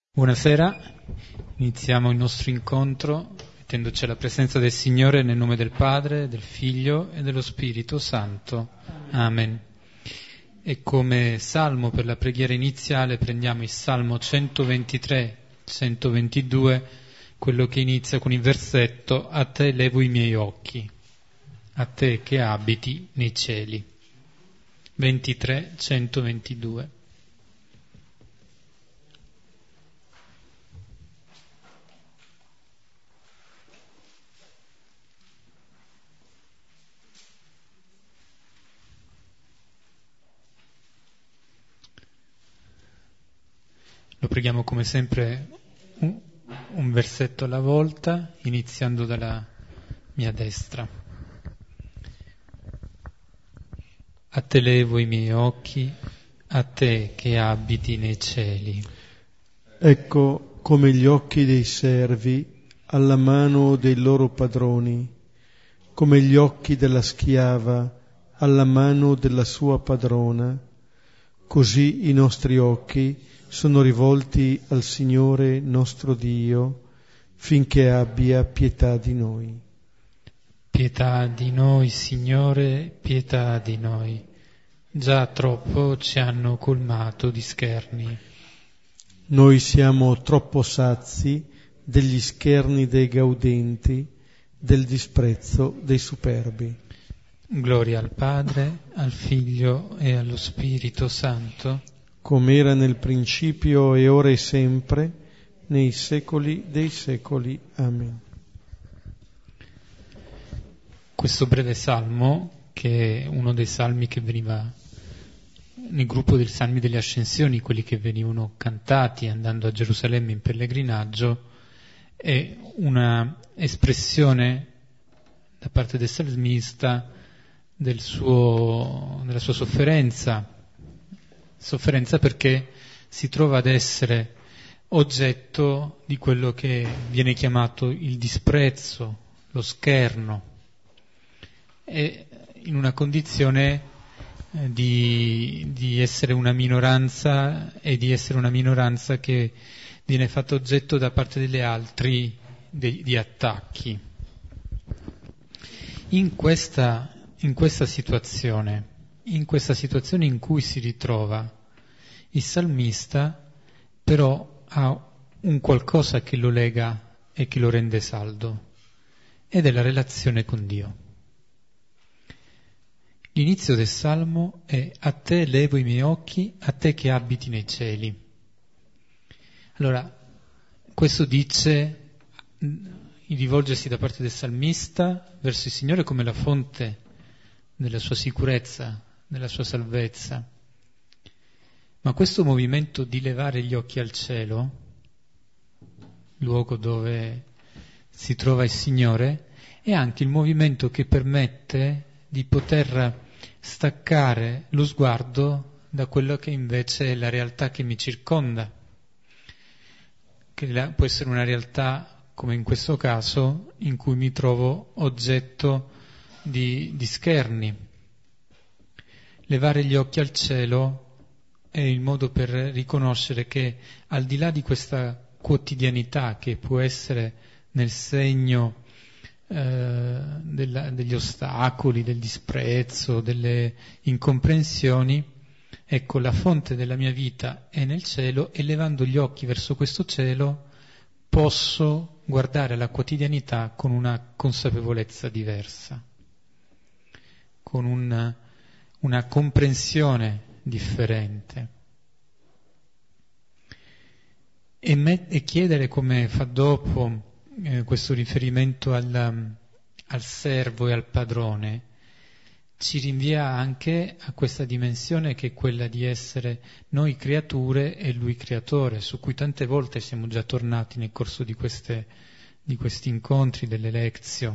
Buonasera, iniziamo il nostro incontro mettendoci alla presenza del Signore nel nome del Padre, del Figlio e dello Spirito Santo. Amen. E come salmo per la preghiera iniziale prendiamo il Salmo 123-122, quello che inizia con il versetto «A te levo i miei occhi, a te che abiti nei cieli». 23-122. Lo preghiamo come sempre un versetto alla volta, iniziando dalla mia destra. A te levo i miei occhi, a te che abiti nei cieli. Ecco come gli occhi dei servi alla mano dei loro padroni, come gli occhi della schiava alla mano della sua padrona, così i nostri occhi sono rivolti al Signore nostro Dio, finché abbia pietà di noi. Pietà di noi, Signore, pietà di noi. Già troppo ci hanno colmato di scherni. Noi siamo troppo sazi degli scherni dei gaudenti, del disprezzo dei superbi. Gloria al Padre, al Figlio e allo Spirito Santo, come era nel principio e ora e sempre, nei secoli dei secoli. Amen. Questo breve salmo, che è uno dei salmi che veniva nel gruppo dei salmi delle ascensioni, quelli che venivano cantati andando a Gerusalemme in pellegrinaggio, è una espressione da parte del salmista della sua sofferenza perché si trova ad essere oggetto di quello che viene chiamato il disprezzo, lo scherno, e in una condizione di essere una minoranza e di essere una minoranza che viene fatta oggetto da parte degli altri di attacchi. In questa situazione in cui si ritrova il salmista, però ha un qualcosa che lo lega e che lo rende saldo, ed è la relazione con Dio. L'inizio del salmo è «A te levo i miei occhi, a te che abiti nei cieli». Allora, questo dice il rivolgersi da parte del salmista verso il Signore come la fonte della sua sicurezza, della sua salvezza. Ma questo movimento di levare gli occhi al cielo, luogo dove si trova il Signore, è anche il movimento che permette di poter staccare lo sguardo da quello che invece è la realtà che mi circonda, che può essere una realtà, come in questo caso, in cui mi trovo oggetto di scherni. Levare gli occhi al cielo è il modo per riconoscere che al di là di questa quotidianità che può essere nel segno degli ostacoli, del disprezzo, delle incomprensioni, ecco, la fonte della mia vita è nel cielo, e levando gli occhi verso questo cielo posso guardare la quotidianità con una consapevolezza diversa, con una comprensione differente, e chiedere, come fa dopo questo riferimento al servo e al padrone, ci rinvia anche a questa dimensione che è quella di essere noi creature e lui creatore, su cui tante volte siamo già tornati nel corso di questi incontri, delle lezioni,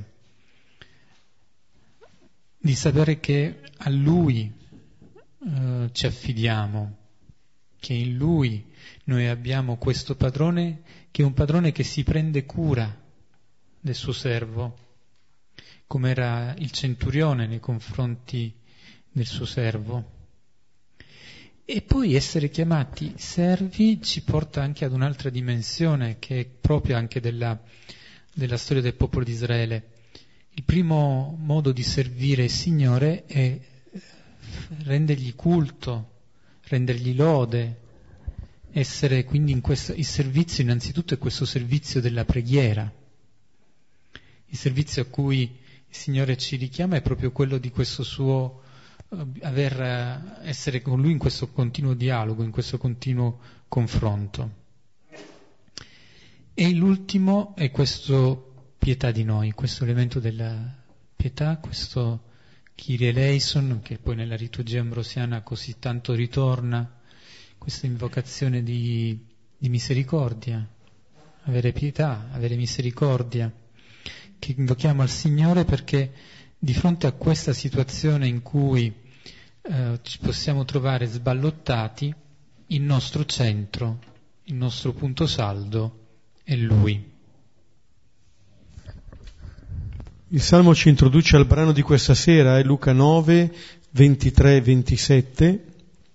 di sapere che a lui ci affidiamo, che in lui noi abbiamo questo padrone, che è un padrone che si prende cura del suo servo, come era il centurione nei confronti del suo servo. E poi essere chiamati servi ci porta anche ad un'altra dimensione che è proprio anche della storia del popolo di Israele. Il primo modo di servire il Signore è rendergli culto, rendergli lode, essere quindi il servizio innanzitutto è questo servizio della preghiera. Il servizio a cui il Signore ci richiama è proprio quello di questo suo essere con Lui in questo continuo dialogo, in questo continuo confronto. E l'ultimo è questo pietà di noi, questo elemento della pietà, questo Kyrie eleison, che poi nella liturgia ambrosiana così tanto ritorna, questa invocazione di misericordia, avere pietà, avere misericordia, che invochiamo al Signore perché di fronte a questa situazione in cui ci possiamo trovare sballottati, il nostro centro, il nostro punto saldo è Lui. Il Salmo ci introduce al brano di questa sera, è Luca 9, 23 e 27.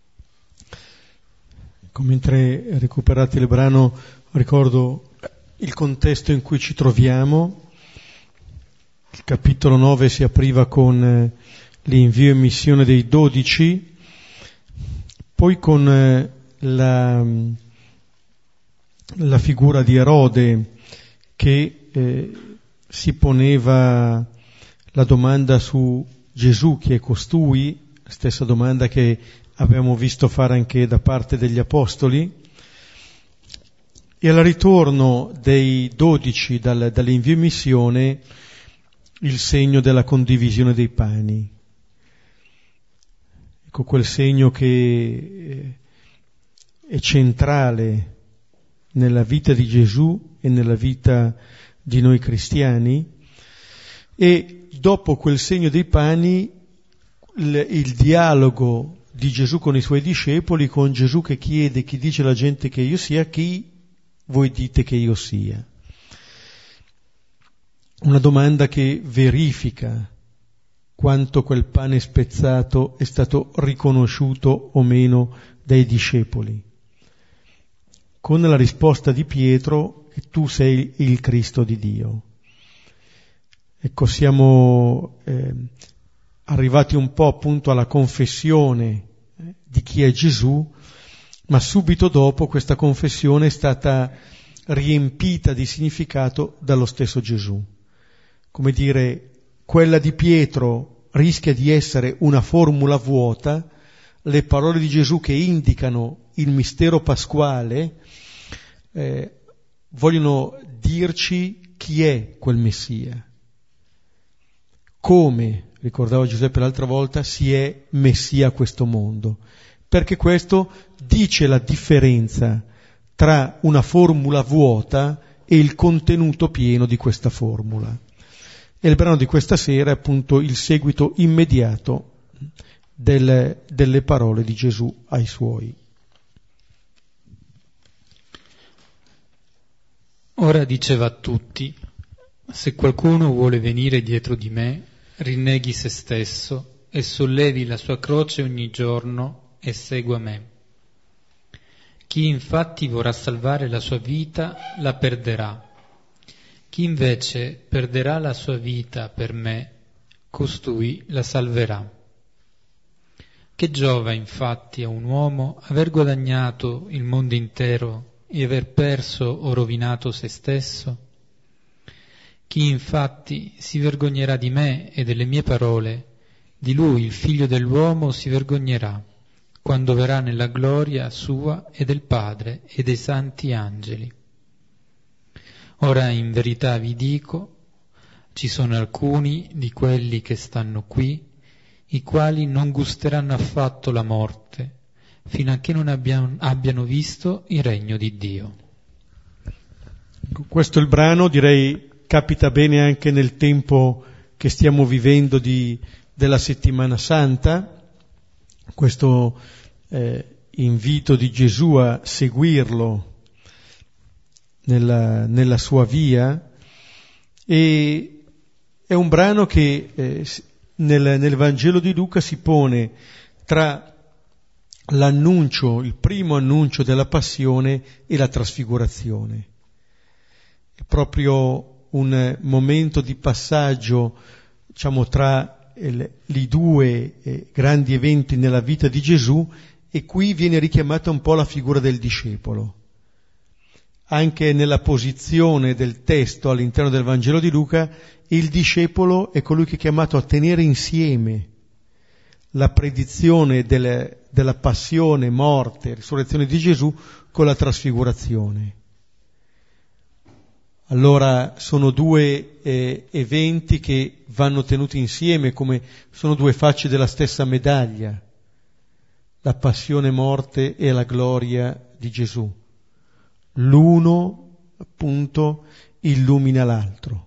Mentre recuperate il brano ricordo il contesto in cui ci troviamo. Il capitolo 9 si apriva con l'invio e missione dei 12, poi con la figura di Erode che si poneva la domanda su Gesù, chi è costui, stessa domanda che abbiamo visto fare anche da parte degli Apostoli, e al ritorno dei 12 dall'invio e missione il segno della condivisione dei pani. Ecco, quel segno che è centrale nella vita di Gesù e nella vita di noi cristiani, e dopo quel segno dei pani il dialogo di Gesù con i suoi discepoli, con Gesù che chiede: chi dice la gente che io sia, chi voi dite che io sia? Una domanda che verifica quanto quel pane spezzato è stato riconosciuto o meno dai discepoli, con la risposta di Pietro che tu sei il Cristo di Dio. Ecco, siamo arrivati un po' appunto alla confessione di chi è Gesù, ma subito dopo questa confessione è stata riempita di significato dallo stesso Gesù. Come dire, quella di Pietro rischia di essere una formula vuota, le parole di Gesù che indicano il mistero pasquale vogliono dirci chi è quel Messia. Come, ricordava Giuseppe l'altra volta, si è Messia a questo mondo, perché questo dice la differenza tra una formula vuota e il contenuto pieno di questa formula. E il brano di questa sera è appunto il seguito immediato delle parole di Gesù ai suoi. Ora diceva a tutti: se qualcuno vuole venire dietro di me, rinneghi se stesso e sollevi la sua croce ogni giorno e segua me. Chi infatti vorrà salvare la sua vita la perderà. Chi invece perderà la sua vita per me, costui la salverà. Che giova infatti a un uomo aver guadagnato il mondo intero e aver perso o rovinato se stesso? Chi infatti si vergognerà di me e delle mie parole, di lui il figlio dell'uomo si vergognerà, quando verrà nella gloria sua e del Padre e dei santi angeli. Ora in verità vi dico, ci sono alcuni di quelli che stanno qui, i quali non gusteranno affatto la morte, fino a che non abbiano visto il regno di Dio. Questo è il brano, direi capita bene anche nel tempo che stiamo vivendo della Settimana Santa, questo invito di Gesù a seguirlo nella sua via, e è un brano che nel Vangelo di Luca si pone tra l'annuncio, il primo annuncio della passione e la trasfigurazione. È proprio un momento di passaggio, diciamo, tra i due grandi eventi nella vita di Gesù, e qui viene richiamata un po' la figura del discepolo. Anche nella posizione del testo all'interno del Vangelo di Luca, il discepolo è colui che è chiamato a tenere insieme la predizione della passione, morte, risurrezione di Gesù con la trasfigurazione. Allora sono due eventi che vanno tenuti insieme, come sono due facce della stessa medaglia, la passione, morte e la gloria di Gesù. L'uno, appunto, illumina l'altro.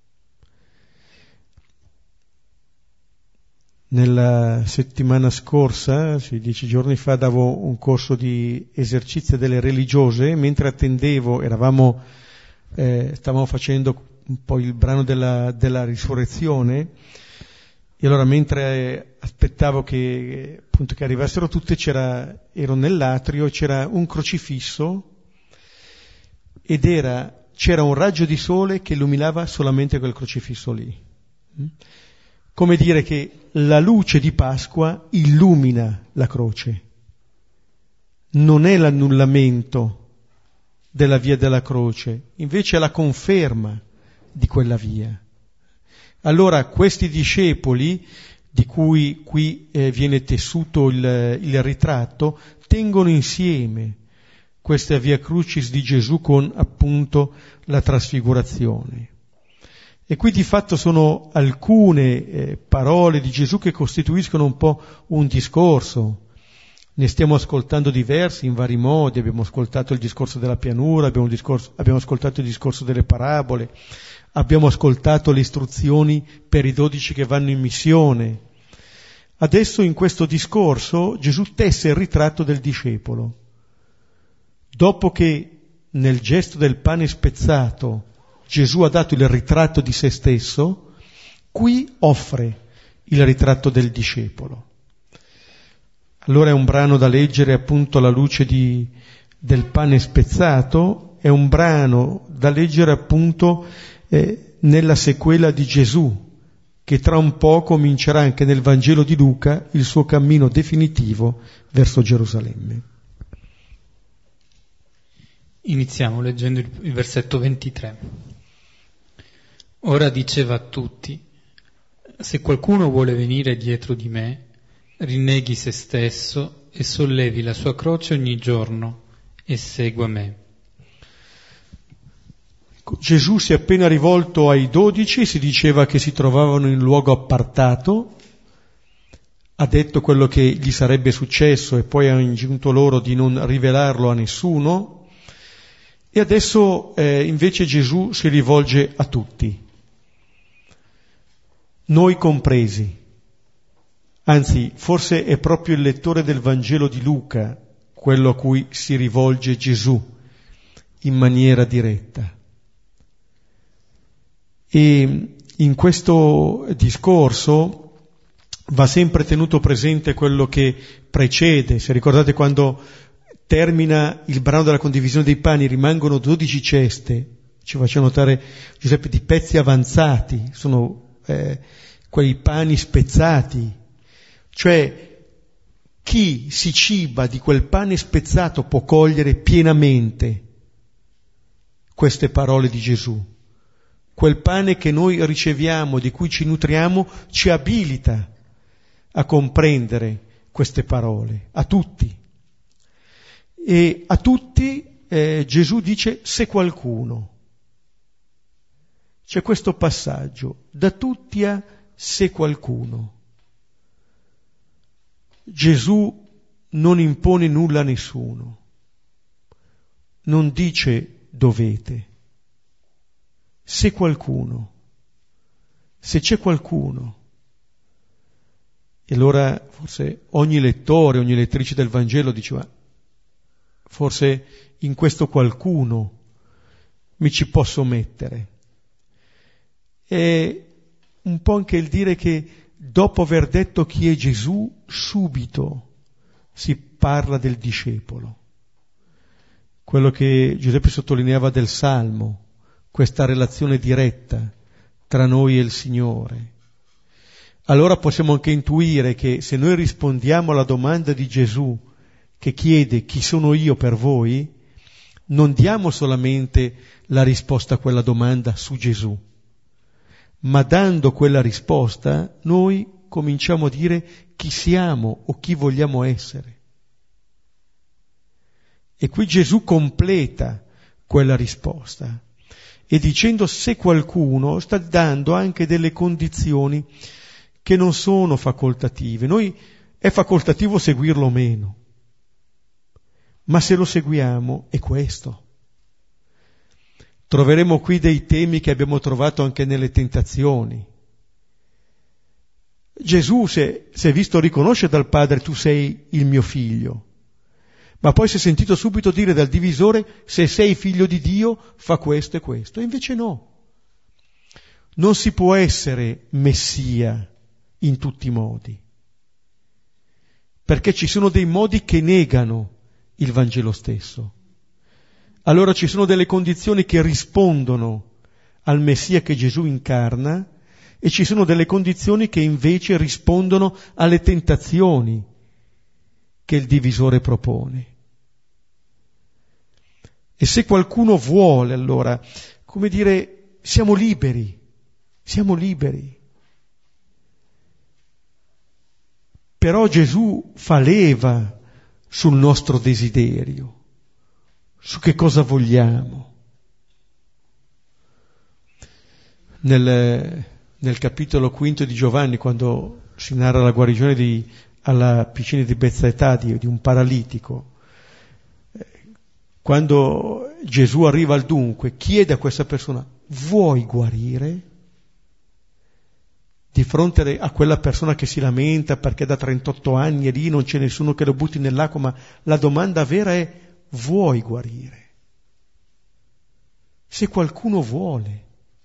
Nella settimana scorsa, 10 giorni fa, davo un corso di esercizio delle religiose. Mentre attendevo, stavamo facendo un po' il brano della risurrezione, e allora mentre aspettavo che arrivassero tutte, ero nell'atrio, c'era un crocifisso, ed c'era un raggio di sole che illuminava solamente quel crocifisso lì. Come dire che la luce di Pasqua illumina la croce. Non è l'annullamento della via della croce, invece è la conferma di quella via. Allora questi discepoli, di cui qui viene tessuto il ritratto, tengono insieme questa via crucis di Gesù con appunto la trasfigurazione. E qui di fatto sono alcune parole di Gesù che costituiscono un po' un discorso. Ne stiamo ascoltando diversi in vari modi. Abbiamo ascoltato il discorso della pianura, abbiamo ascoltato il discorso delle parabole, abbiamo ascoltato le istruzioni per i 12 che vanno in missione. Adesso in questo discorso Gesù tesse il ritratto del discepolo. Dopo che nel gesto del pane spezzato Gesù ha dato il ritratto di se stesso, qui offre il ritratto del discepolo. Allora è un brano da leggere appunto alla luce del pane spezzato, è un brano da leggere appunto nella sequela di Gesù, che tra un po' comincerà anche nel Vangelo di Luca il suo cammino definitivo verso Gerusalemme. Iniziamo leggendo il versetto 23. Ora diceva a tutti: se qualcuno vuole venire dietro di me, rinneghi se stesso e sollevi la sua croce ogni giorno e segua me. Gesù si è appena rivolto ai 12, si diceva che si trovavano in luogo appartato, ha detto quello che gli sarebbe successo e poi ha ingiunto loro di non rivelarlo a nessuno. E adesso invece Gesù si rivolge a tutti, noi compresi. Anzi, forse è proprio il lettore del Vangelo di Luca quello a cui si rivolge Gesù in maniera diretta. E in questo discorso va sempre tenuto presente quello che precede. Se ricordate, quando termina il brano della condivisione dei pani, rimangono 12 ceste, ci faccia notare Giuseppe, di pezzi avanzati, sono quei pani spezzati, cioè chi si ciba di quel pane spezzato può cogliere pienamente queste parole di Gesù. Quel pane che noi riceviamo, di cui ci nutriamo, ci abilita a comprendere queste parole, a tutti. E a tutti Gesù dice: se qualcuno. C'è questo passaggio, da tutti a se qualcuno. Gesù non impone nulla a nessuno, non dice dovete. Se qualcuno, se c'è qualcuno. E allora forse ogni lettore, ogni lettrice del Vangelo dice: ma forse in questo qualcuno mi ci posso mettere. È un po' anche il dire che dopo aver detto chi è Gesù, subito si parla del discepolo. Quello che Giuseppe sottolineava del Salmo, questa relazione diretta tra noi e il Signore. Allora possiamo anche intuire che se noi rispondiamo alla domanda di Gesù che chiede chi sono io per voi, non diamo solamente la risposta a quella domanda su Gesù, ma dando quella risposta noi cominciamo a dire chi siamo o chi vogliamo essere. E qui Gesù completa quella risposta e dicendo se qualcuno sta dando anche delle condizioni che non sono facoltative. Noi è facoltativo seguirlo o meno, ma se lo seguiamo è questo. Troveremo qui dei temi che abbiamo trovato anche nelle tentazioni. Gesù si è visto riconoscere dal Padre tu sei il mio figlio, ma poi si è sentito subito dire dal divisore se sei figlio di Dio fa questo e questo, e invece no. Non si può essere Messia in tutti i modi, perché ci sono dei modi che negano il Vangelo stesso. Allora ci sono delle condizioni che rispondono al Messia che Gesù incarna e ci sono delle condizioni che invece rispondono alle tentazioni che il divisore propone. E se qualcuno vuole, allora, come dire, siamo liberi. Però Gesù fa leva sul nostro desiderio, su che cosa vogliamo. Nel capitolo 5 di Giovanni, quando si narra la guarigione alla piscina di Betsaida di un paralitico, quando Gesù arriva al dunque, chiede a questa persona, vuoi guarire? Di fronte a quella persona che si lamenta perché da 38 anni è lì, non c'è nessuno che lo butti nell'acqua, ma la domanda vera è, vuoi guarire? Se qualcuno vuole.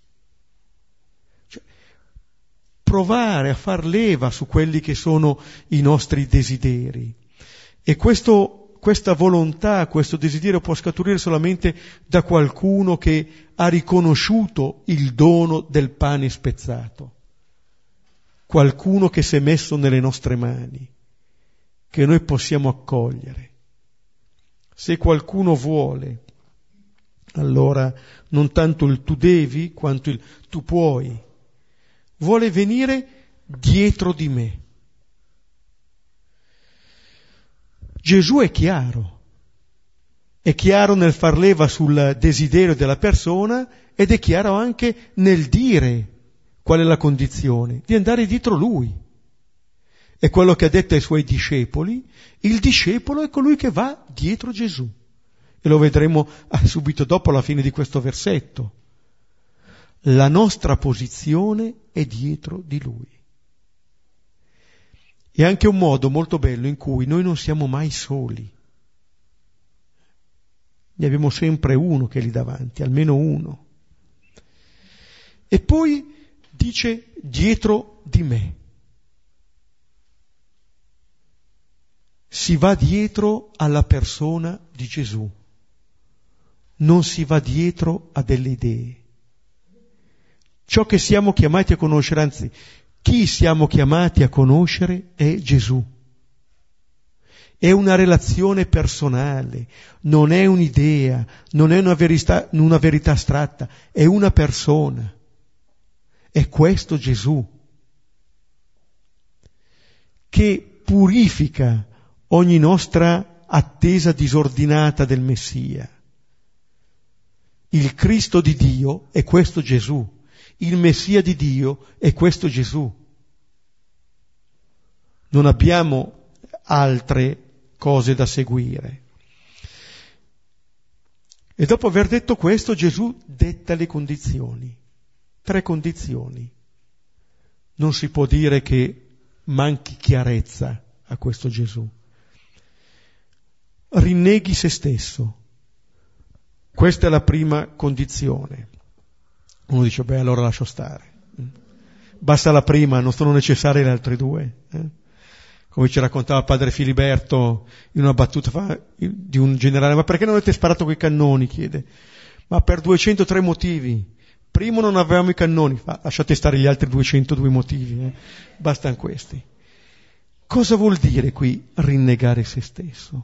Cioè, provare a far leva su quelli che sono i nostri desideri. E questa volontà, questo desiderio può scaturire solamente da qualcuno che ha riconosciuto il dono del pane spezzato. Qualcuno che si è messo nelle nostre mani, che noi possiamo accogliere. Se qualcuno vuole, allora non tanto il tu devi quanto il tu puoi. Vuole venire dietro di me. Gesù è chiaro nel far leva sul desiderio della persona ed è chiaro anche nel dire qual è la condizione, di andare dietro lui. È quello che ha detto ai suoi discepoli, il discepolo è colui che va dietro Gesù. E lo vedremo subito dopo alla fine di questo versetto. La nostra posizione è dietro di lui. È anche un modo molto bello in cui noi non siamo mai soli. Ne abbiamo sempre uno che è lì davanti, almeno uno. E poi dice dietro di me. Si va dietro alla persona di Gesù, non si va dietro a delle idee. Ciò che siamo chiamati a conoscere, anzi, chi siamo chiamati a conoscere è Gesù. È una relazione personale, non è un'idea, non è una verità astratta, è una persona. È questo Gesù che purifica ogni nostra attesa disordinata del Messia. Il Cristo di Dio è questo Gesù, il Messia di Dio è questo Gesù. Non abbiamo altre cose da seguire. E dopo aver detto questo, Gesù detta le condizioni. 3 condizioni. Non si può dire che manchi chiarezza a questo Gesù. Rinneghi se stesso. Questa è la prima condizione. Uno dice, allora lascio stare. Basta la prima, non sono necessarie le altre 2. come ci raccontava padre Filiberto in una battuta di un generale, ma perché non avete sparato coi cannoni? Chiede. Ma per 203 motivi. Primo, non avevamo i cannoni, lasciate stare gli altri 202 motivi, bastano questi. Cosa vuol dire qui rinnegare se stesso?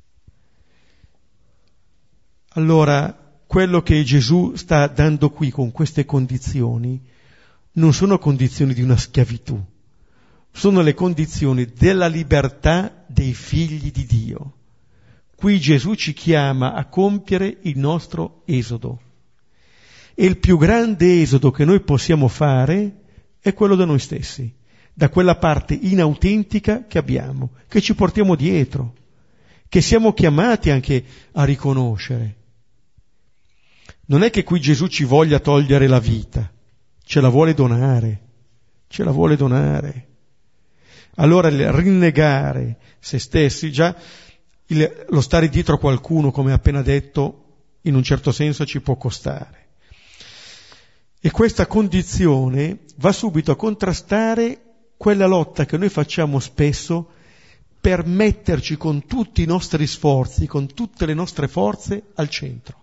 Allora, quello che Gesù sta dando qui con queste condizioni non sono condizioni di una schiavitù, sono le condizioni della libertà dei figli di Dio. Qui Gesù ci chiama a compiere il nostro esodo. E il più grande esodo che noi possiamo fare è quello da noi stessi, da quella parte inautentica che abbiamo, che ci portiamo dietro, che siamo chiamati anche a riconoscere. Non è che qui Gesù ci voglia togliere la vita, ce la vuole donare. Allora il rinnegare se stessi, già lo stare dietro a qualcuno, come appena detto, in un certo senso ci può costare. E questa condizione va subito a contrastare quella lotta che noi facciamo spesso per metterci con tutti i nostri sforzi, con tutte le nostre forze al centro.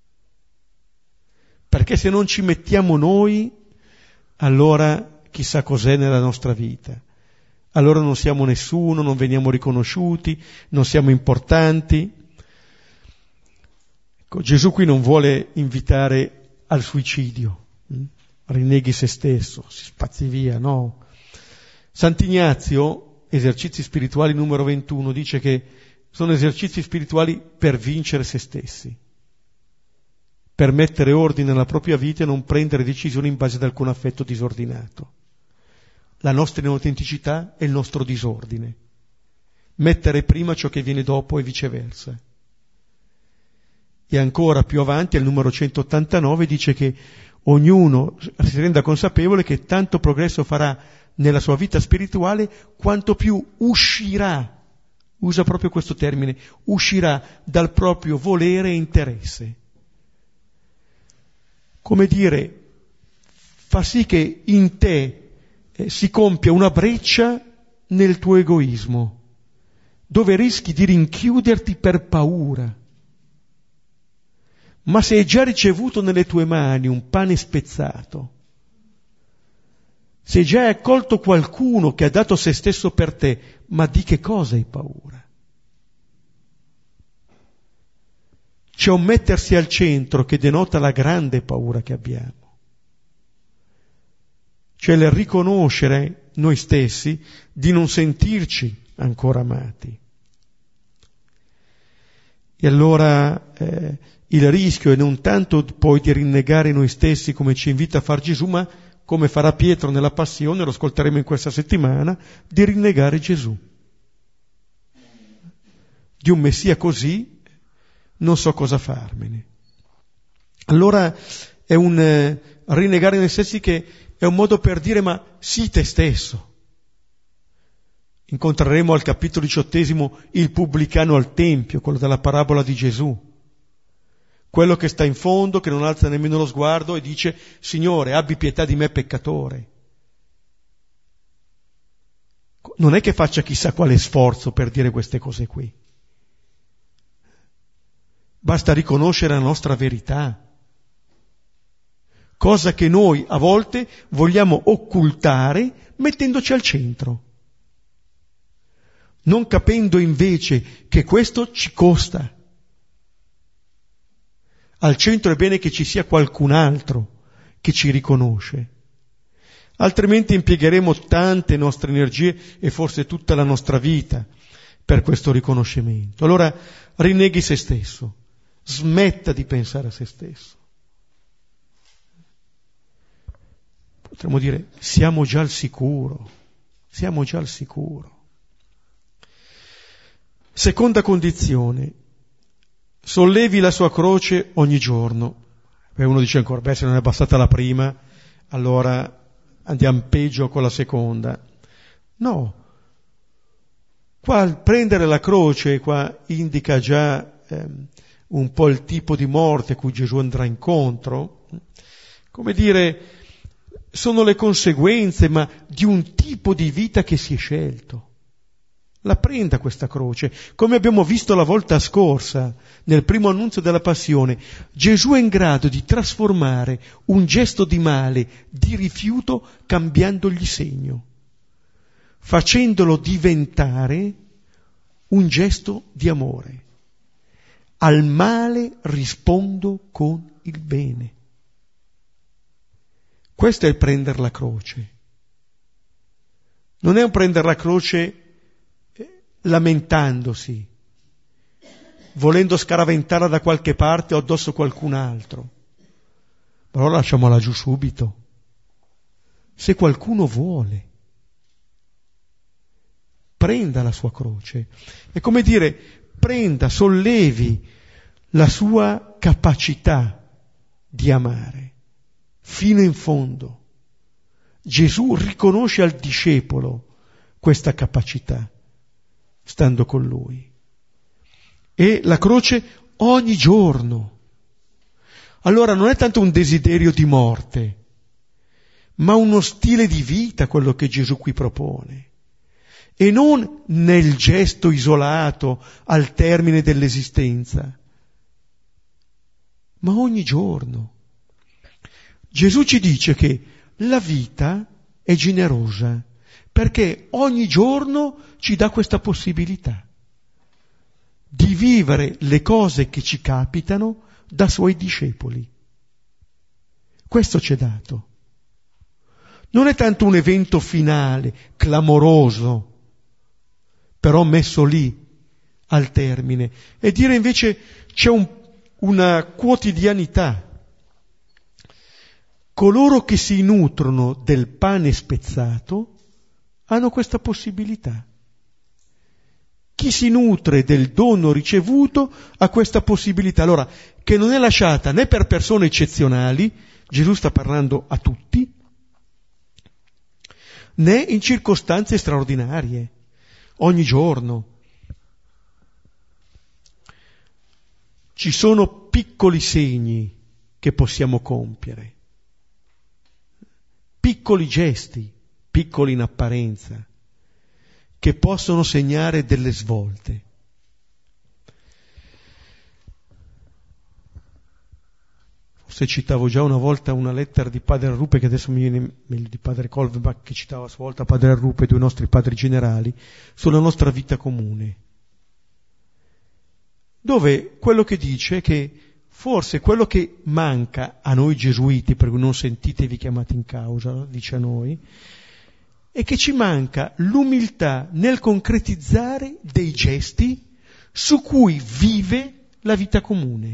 Perché se non ci mettiamo noi, allora chissà cos'è nella nostra vita. Allora non siamo nessuno, non veniamo riconosciuti, non siamo importanti. Ecco, Gesù qui non vuole invitare al suicidio. Rinneghi se stesso, si spazzi via, no. Sant'Ignazio, Esercizi spirituali numero 21, dice che sono esercizi spirituali per vincere se stessi, per mettere ordine nella propria vita e non prendere decisioni in base ad alcun affetto disordinato. La nostra inautenticità è il nostro disordine, mettere prima ciò che viene dopo e viceversa. E ancora più avanti, al numero 189, dice che ognuno si renda consapevole che tanto progresso farà nella sua vita spirituale quanto più uscirà, usa proprio questo termine, uscirà dal proprio volere e interesse. Come dire, fa sì che in te si compia una breccia nel tuo egoismo, dove rischi di rinchiuderti per paura. Ma se hai già ricevuto nelle tue mani un pane spezzato, se già hai accolto qualcuno che ha dato se stesso per te, ma di che cosa hai paura? C'è un mettersi al centro che denota la grande paura che abbiamo. Cioè il riconoscere noi stessi di non sentirci ancora amati. E allora il rischio è non tanto poi di rinnegare noi stessi come ci invita a far Gesù, ma come farà Pietro nella Passione, lo ascolteremo in questa settimana, di rinnegare Gesù. Di un Messia così non so cosa farmene. Allora è un rinnegare noi stessi che è un modo per dire ma sii te stesso. Incontreremo al capitolo 18 il pubblicano al Tempio, quello della parabola di Gesù. Quello che sta in fondo, che non alza nemmeno lo sguardo e dice Signore, abbi pietà di me peccatore. Non è che faccia chissà quale sforzo per dire queste cose qui. Basta riconoscere la nostra verità. Cosa che noi a volte vogliamo occultare mettendoci al centro. Non capendo invece che questo ci costa. Al centro è bene che ci sia qualcun altro che ci riconosce. Altrimenti impiegheremo tante nostre energie e forse tutta la nostra vita per questo riconoscimento. Allora rinneghi se stesso, smetta di pensare a se stesso. Potremmo dire, siamo già al sicuro. Seconda condizione, sollevi la sua croce ogni giorno. E uno dice ancora, se non è bastata la prima, allora andiamo peggio con la seconda. No, qua prendere la croce qua indica già un po' il tipo di morte a cui Gesù andrà incontro. Come dire, sono le conseguenze, ma di un tipo di vita che si è scelto. La prenda questa croce. Come abbiamo visto la volta scorsa, nel primo annunzio della passione, Gesù è in grado di trasformare un gesto di male, di rifiuto, cambiandogli segno, facendolo diventare un gesto di amore. Al male rispondo con il bene. Questo è il prendere la croce. Non è un prendere la croce lamentandosi, volendo scaraventarla da qualche parte o addosso qualcun altro. Però lasciamola giù subito. Se qualcuno vuole, prenda la sua croce. È come dire, prenda, sollevi la sua capacità di amare fino in fondo. Gesù riconosce al discepolo questa capacità, stando con lui. E la croce ogni giorno. Allora non è tanto un desiderio di morte, ma uno stile di vita quello che Gesù qui propone. E non nel gesto isolato al termine dell'esistenza, ma ogni giorno. Gesù ci dice che la vita è generosa, perché ogni giorno ci dà questa possibilità di vivere le cose che ci capitano da suoi discepoli. Questo ci è dato. Non è tanto un evento finale, clamoroso, però messo lì al termine, e dire invece c'è una quotidianità. Coloro che si nutrono del pane spezzato hanno questa possibilità. Chi si nutre del dono ricevuto ha questa possibilità. Allora, che non è lasciata né per persone eccezionali, Gesù sta parlando a tutti, né in circostanze straordinarie, ogni giorno. Ci sono piccoli segni che possiamo compiere, piccoli gesti, piccoli in apparenza, che possono segnare delle svolte. Forse citavo già una volta una lettera di Padre Arrupe, che adesso mi viene meglio di Padre Kolvenbach, che citava a sua volta Padre Arrupe, due nostri padri generali, sulla nostra vita comune, dove quello che dice è che forse quello che manca a noi gesuiti, per cui non sentitevi chiamati in causa, dice a noi, è che ci manca l'umiltà nel concretizzare dei gesti su cui vive la vita comune.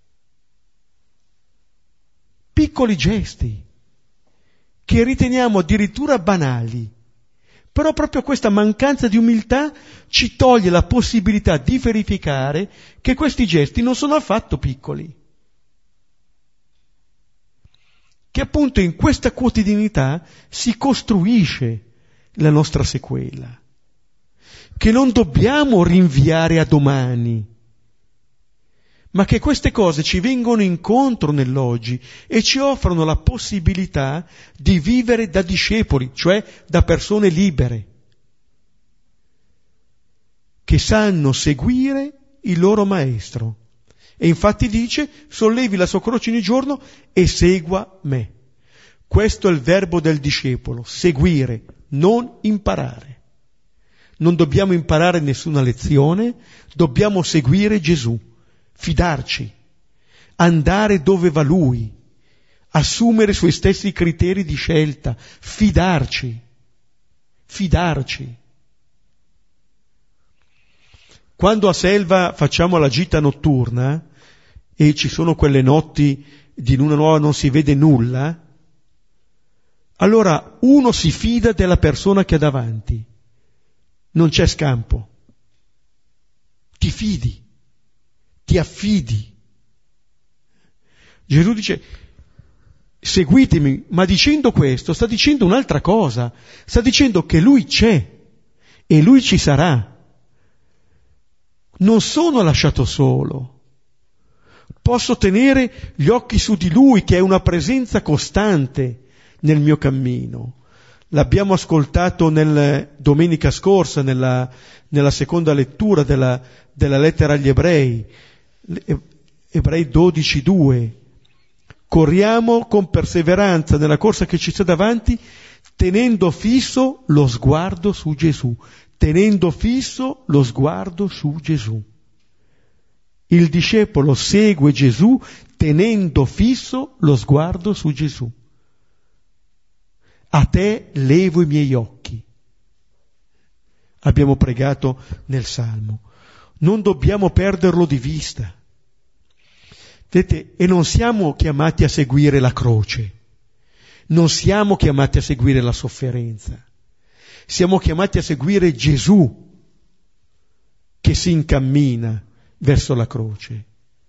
Piccoli gesti che riteniamo addirittura banali, però proprio questa mancanza di umiltà ci toglie la possibilità di verificare che questi gesti non sono affatto piccoli, che appunto in questa quotidianità si costruisce la nostra sequela, che non dobbiamo rinviare a domani, ma che queste cose ci vengono incontro nell'oggi e ci offrono la possibilità di vivere da discepoli, cioè da persone libere, che sanno seguire il loro maestro. E infatti dice, sollevi la sua croce ogni giorno e segua me. Questo è il verbo del discepolo, seguire, non imparare. Non dobbiamo imparare nessuna lezione, dobbiamo seguire Gesù. Fidarci, andare dove va Lui, assumere i suoi stessi criteri di scelta, fidarci. Quando a Selva facciamo la gita notturna e ci sono quelle notti di luna nuova non si vede nulla, allora uno si fida della persona che ha davanti, non c'è scampo, ti fidi. Ti affidi. Gesù dice, seguitemi, ma dicendo questo sta dicendo un'altra cosa, sta dicendo che Lui c'è e Lui ci sarà. Non sono lasciato solo, posso tenere gli occhi su di Lui, che è una presenza costante nel mio cammino. L'abbiamo ascoltato domenica scorsa nella seconda lettura della lettera agli Ebrei, Ebrei 12:2. Corriamo con perseveranza nella corsa che ci sta davanti, tenendo fisso lo sguardo su Gesù. Tenendo fisso lo sguardo su Gesù. Il discepolo segue Gesù tenendo fisso lo sguardo su Gesù. A te levo i miei occhi. Abbiamo pregato nel Salmo. Non dobbiamo perderlo di vista. Vedete, e non siamo chiamati a seguire la croce, non siamo chiamati a seguire la sofferenza, siamo chiamati a seguire Gesù che si incammina verso la croce.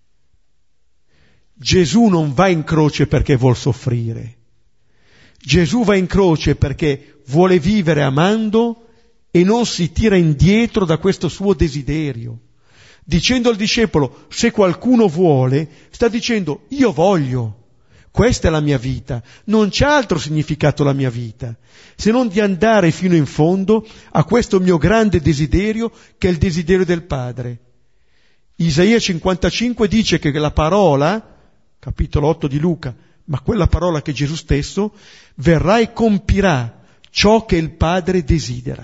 Gesù non va in croce perché vuol soffrire, Gesù va in croce perché vuole vivere amando e non si tira indietro da questo suo desiderio. Dicendo al discepolo, se qualcuno vuole, sta dicendo, io voglio, questa è la mia vita, non c'è altro significato la mia vita, se non di andare fino in fondo a questo mio grande desiderio, che è il desiderio del Padre. Isaia 55 dice che la parola, capitolo 8 di Luca, ma quella parola che Gesù stesso, verrà e compirà ciò che il Padre desidera.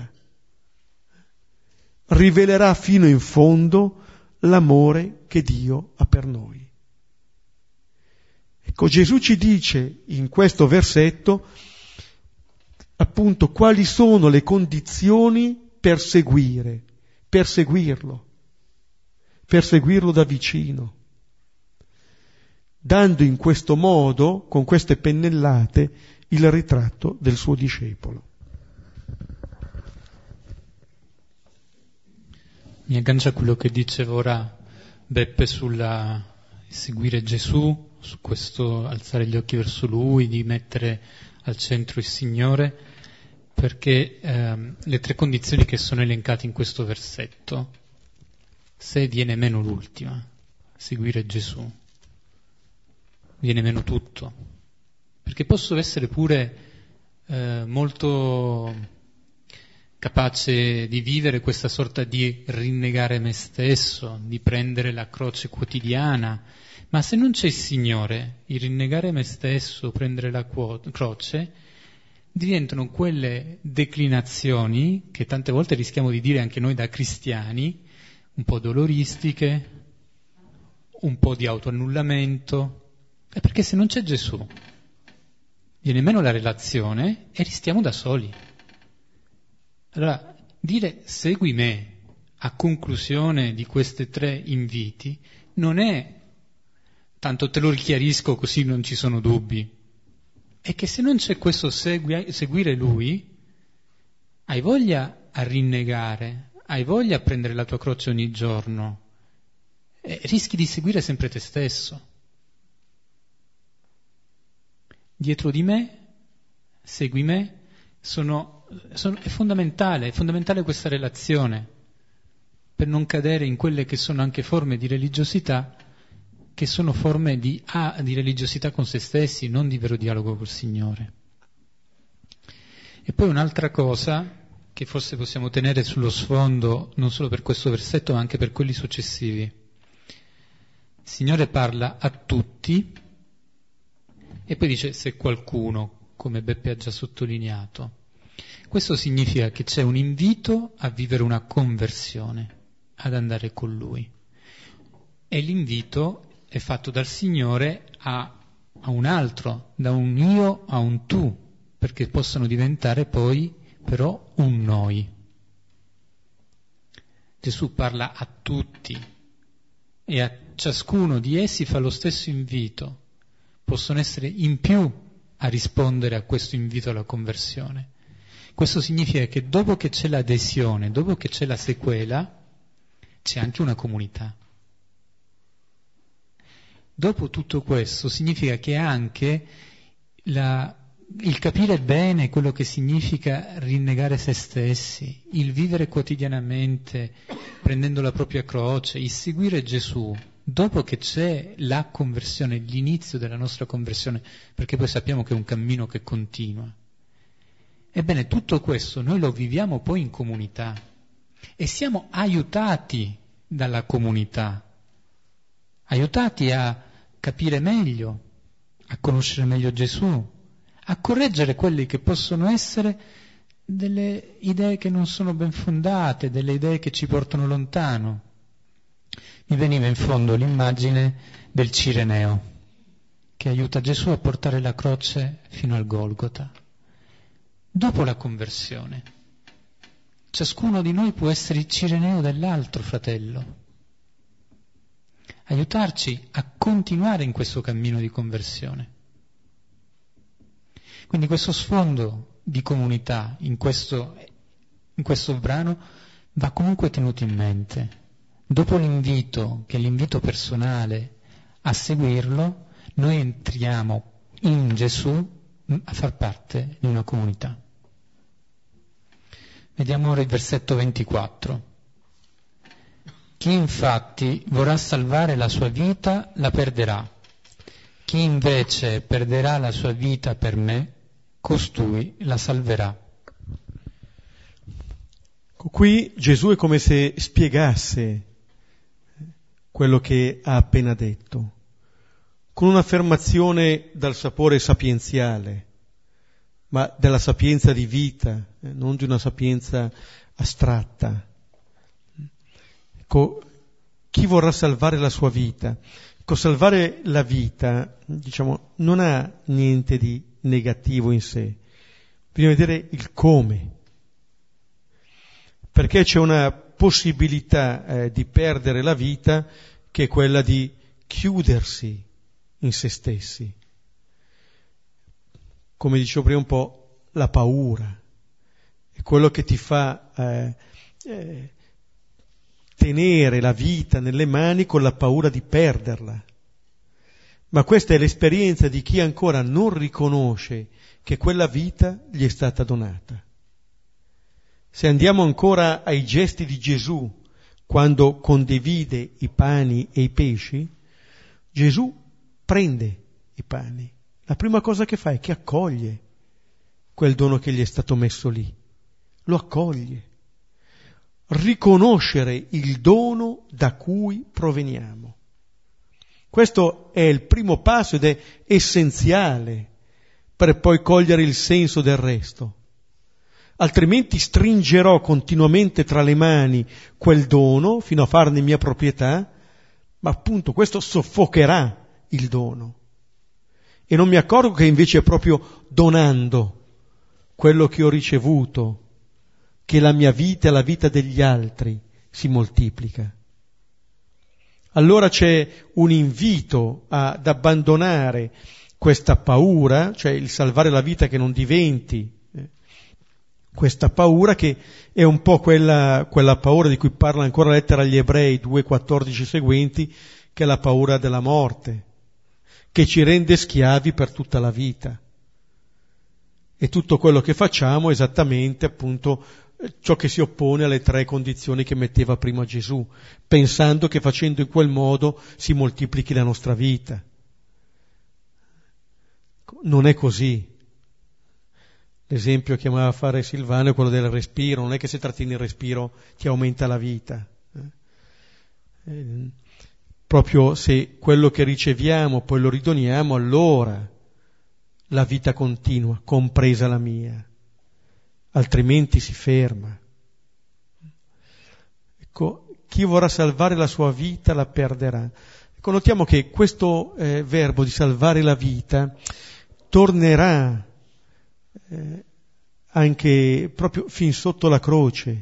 Rivelerà fino in fondo l'amore che Dio ha per noi. Ecco, Gesù ci dice in questo versetto appunto quali sono le condizioni per seguirlo da vicino, dando in questo modo, con queste pennellate, il ritratto del suo discepolo. Mi aggancio a quello che diceva ora Beppe sulla seguire Gesù, su questo alzare gli occhi verso Lui, di mettere al centro il Signore, perché le tre condizioni che sono elencate in questo versetto, se viene meno l'ultima, seguire Gesù, viene meno tutto, perché posso essere pure molto capace di vivere questa sorta di rinnegare me stesso, di prendere la croce quotidiana, ma se non c'è il Signore, il rinnegare me stesso, prendere la croce, diventano quelle declinazioni che tante volte rischiamo di dire anche noi da cristiani, un po' doloristiche, un po' di autoannullamento, è perché se non c'è Gesù viene meno la relazione e restiamo da soli. Allora, dire segui me a conclusione di questi tre inviti non è tanto te lo richiarisco così non ci sono dubbi, è che se non c'è questo seguire Lui, hai voglia a rinnegare, hai voglia a prendere la tua croce ogni giorno, e rischi di seguire sempre te stesso. Dietro di me, segui me, è fondamentale questa relazione per non cadere in quelle che sono anche forme di religiosità, che sono forme di religiosità con se stessi, non di vero dialogo col Signore. E poi un'altra cosa che forse possiamo tenere sullo sfondo, non solo per questo versetto ma anche per quelli successivi. Il Signore parla a tutti e poi dice se qualcuno, come Beppe ha già sottolineato. Questo significa che c'è un invito a vivere una conversione, ad andare con Lui. E l'invito è fatto dal Signore a un altro, da un io a un tu, perché possono diventare poi però un noi. Gesù parla a tutti e a ciascuno di essi fa lo stesso invito. Possono essere in più a rispondere a questo invito alla conversione. Questo significa che dopo che c'è l'adesione, dopo che c'è la sequela, c'è anche una comunità. Dopo tutto questo significa che anche il capire bene quello che significa rinnegare se stessi, il vivere quotidianamente prendendo la propria croce, il seguire Gesù, dopo che c'è la conversione, l'inizio della nostra conversione, perché poi sappiamo che è un cammino che continua, Ebbene, tutto questo noi lo viviamo poi in comunità e siamo aiutati dalla comunità, aiutati a capire meglio, a conoscere meglio Gesù, a correggere quelli che possono essere delle idee che non sono ben fondate, delle idee che ci portano lontano. Mi veniva in fondo l'immagine del Cireneo, che aiuta Gesù a portare la croce fino al Golgota. Dopo la conversione, ciascuno di noi può essere il Cireneo dell'altro fratello, aiutarci a continuare in questo cammino di conversione. Quindi questo sfondo di comunità in questo brano va comunque tenuto in mente. Dopo l'invito, che è l'invito personale a seguirlo, noi entriamo in Gesù a far parte di una comunità. Vediamo ora il versetto 24. Chi infatti vorrà salvare la sua vita la perderà. Chi invece perderà la sua vita per me, costui la salverà. Qui Gesù è come se spiegasse quello che ha appena detto, con un'affermazione dal sapore sapienziale, ma della sapienza di vita, non di una sapienza astratta. Ecco, chi vorrà salvare la sua vita? Ecco, salvare la vita, non ha niente di negativo in sé. Bisogna vedere il come. Perché c'è una possibilità di perdere la vita che è quella di chiudersi in se stessi. Come dicevo prima un po', la paura è quello che ti fa tenere la vita nelle mani con la paura di perderla. Ma questa è l'esperienza di chi ancora non riconosce che quella vita gli è stata donata. Se andiamo ancora ai gesti di Gesù, quando condivide i pani e i pesci, Gesù prende i pani. La prima cosa che fa è che accoglie quel dono che gli è stato messo lì. Lo accoglie. Riconoscere il dono da cui proveniamo. Questo è il primo passo ed è essenziale per poi cogliere il senso del resto. Altrimenti stringerò continuamente tra le mani quel dono fino a farne mia proprietà, ma appunto questo soffocherà il dono. E non mi accorgo che invece è proprio donando quello che ho ricevuto che la mia vita e la vita degli altri si moltiplica. Allora c'è un invito ad abbandonare questa paura, cioè il salvare la vita che non diventi questa paura, che è un po' quella paura di cui parla ancora la lettera agli Ebrei 2,14 seguenti, che è la paura della morte, che ci rende schiavi per tutta la vita. E tutto quello che facciamo è esattamente appunto ciò che si oppone alle tre condizioni che metteva prima Gesù, pensando che facendo in quel modo si moltiplichi la nostra vita. Non è così. L'esempio che amava fare Silvano è quello del respiro. Non è che se trattieni il respiro ti aumenta la vita. Proprio se quello che riceviamo poi lo ridoniamo, allora la vita continua, compresa la mia. Altrimenti si ferma. Ecco, chi vorrà salvare la sua vita la perderà. Ecco, notiamo che questo verbo di salvare la vita tornerà anche proprio fin sotto la croce.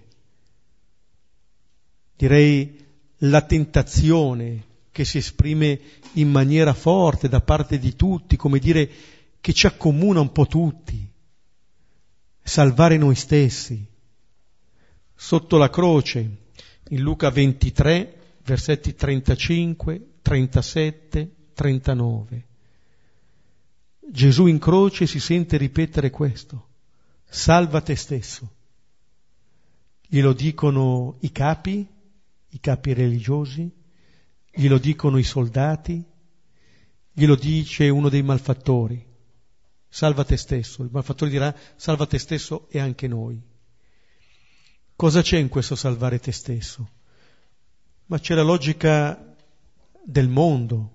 Direi la tentazione che si esprime in maniera forte da parte di tutti, come dire che ci accomuna un po' tutti. Salvare noi stessi. Sotto la croce, in Luca 23, versetti 35, 37, 39. Gesù in croce si sente ripetere questo: salva te stesso. Glielo dicono i capi religiosi, glielo dicono i soldati, glielo dice uno dei malfattori. salva te stesso. Il malfattore dirà salva te stesso e anche noi. Cosa c'è in questo salvare te stesso? Ma c'è la logica del mondo.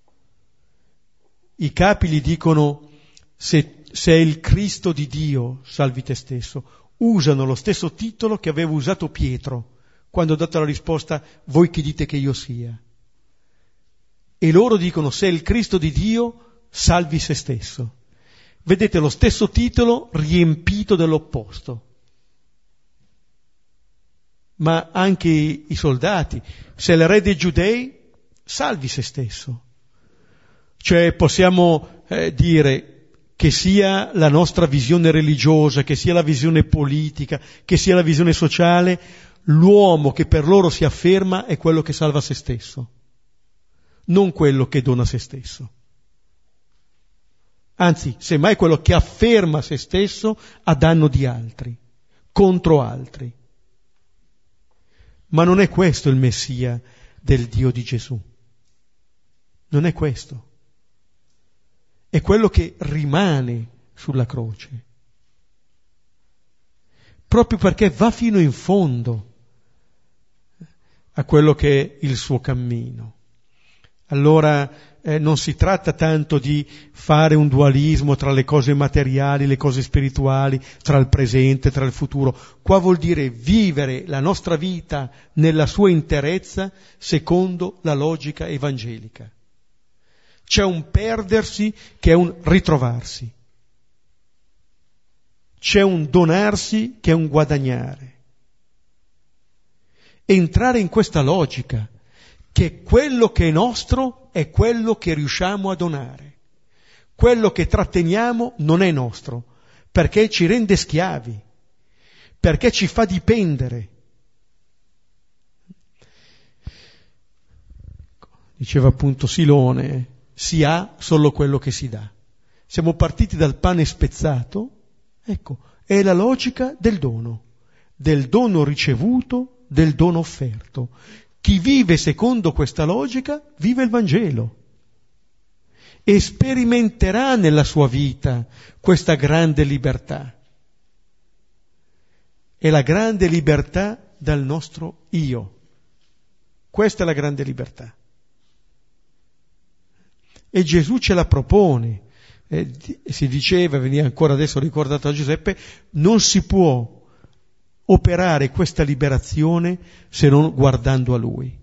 I capi gli dicono se è il Cristo di Dio, salvi te stesso. Usano lo stesso titolo che aveva usato Pietro quando ha dato la risposta voi chi dite che io sia. E loro dicono se è il Cristo di Dio, salvi se stesso. Vedete lo stesso titolo riempito dell'opposto. Ma anche i soldati, se è il re dei giudei, salvi se stesso. Cioè possiamo dire che sia la nostra visione religiosa, che sia la visione politica, che sia la visione sociale, l'uomo che per loro si afferma è quello che salva se stesso, non quello che dona se stesso. Anzi, semmai quello che afferma se stesso a danno di altri, contro altri. Ma non è questo il Messia del Dio di Gesù. Non è questo. È quello che rimane sulla croce. Proprio perché va fino in fondo a quello che è il suo cammino. Allora non si tratta tanto di fare un dualismo tra le cose materiali, le cose spirituali, tra il presente, tra il futuro. Qua vuol dire vivere la nostra vita nella sua interezza secondo la logica evangelica. C'è un perdersi che è un ritrovarsi. C'è un donarsi che è un guadagnare. Entrare in questa logica che quello che è nostro è quello che riusciamo a donare. Quello che tratteniamo non è nostro, perché ci rende schiavi, perché ci fa dipendere. Diceva appunto Silone, si ha solo quello che si dà. Siamo partiti dal pane spezzato, ecco, è la logica del dono ricevuto, del dono offerto. Chi vive secondo questa logica vive il Vangelo e sperimenterà nella sua vita questa grande libertà. È la grande libertà dal nostro io. Questa è la grande libertà. E Gesù ce la propone. Si diceva, veniva ancora adesso ricordato da Giuseppe, non si può operare questa liberazione se non guardando a Lui.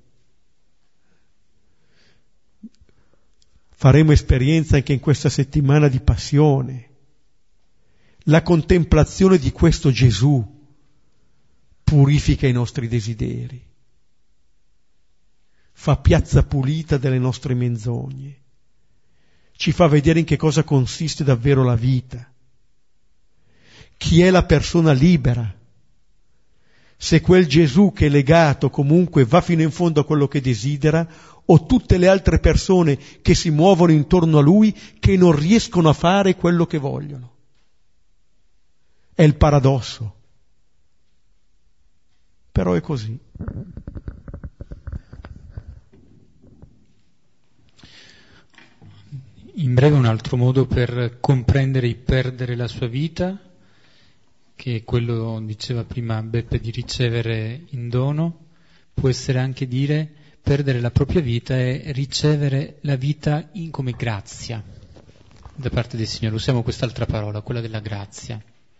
Faremo esperienza anche in questa settimana di passione. La contemplazione di questo Gesù purifica i nostri desideri, fa piazza pulita delle nostre menzogne, ci fa vedere in che cosa consiste davvero la vita. Chi è la persona libera? Se quel Gesù che è legato comunque va fino in fondo a quello che desidera, o tutte le altre persone che si muovono intorno a lui che non riescono a fare quello che vogliono. È il paradosso. Però è così. In breve un altro modo per comprendere il perdere la sua vita, che è quello, diceva prima Beppe, di ricevere in dono, può essere anche dire perdere la propria vita e ricevere la vita come grazia da parte del Signore. Usiamo quest'altra parola, quella della grazia.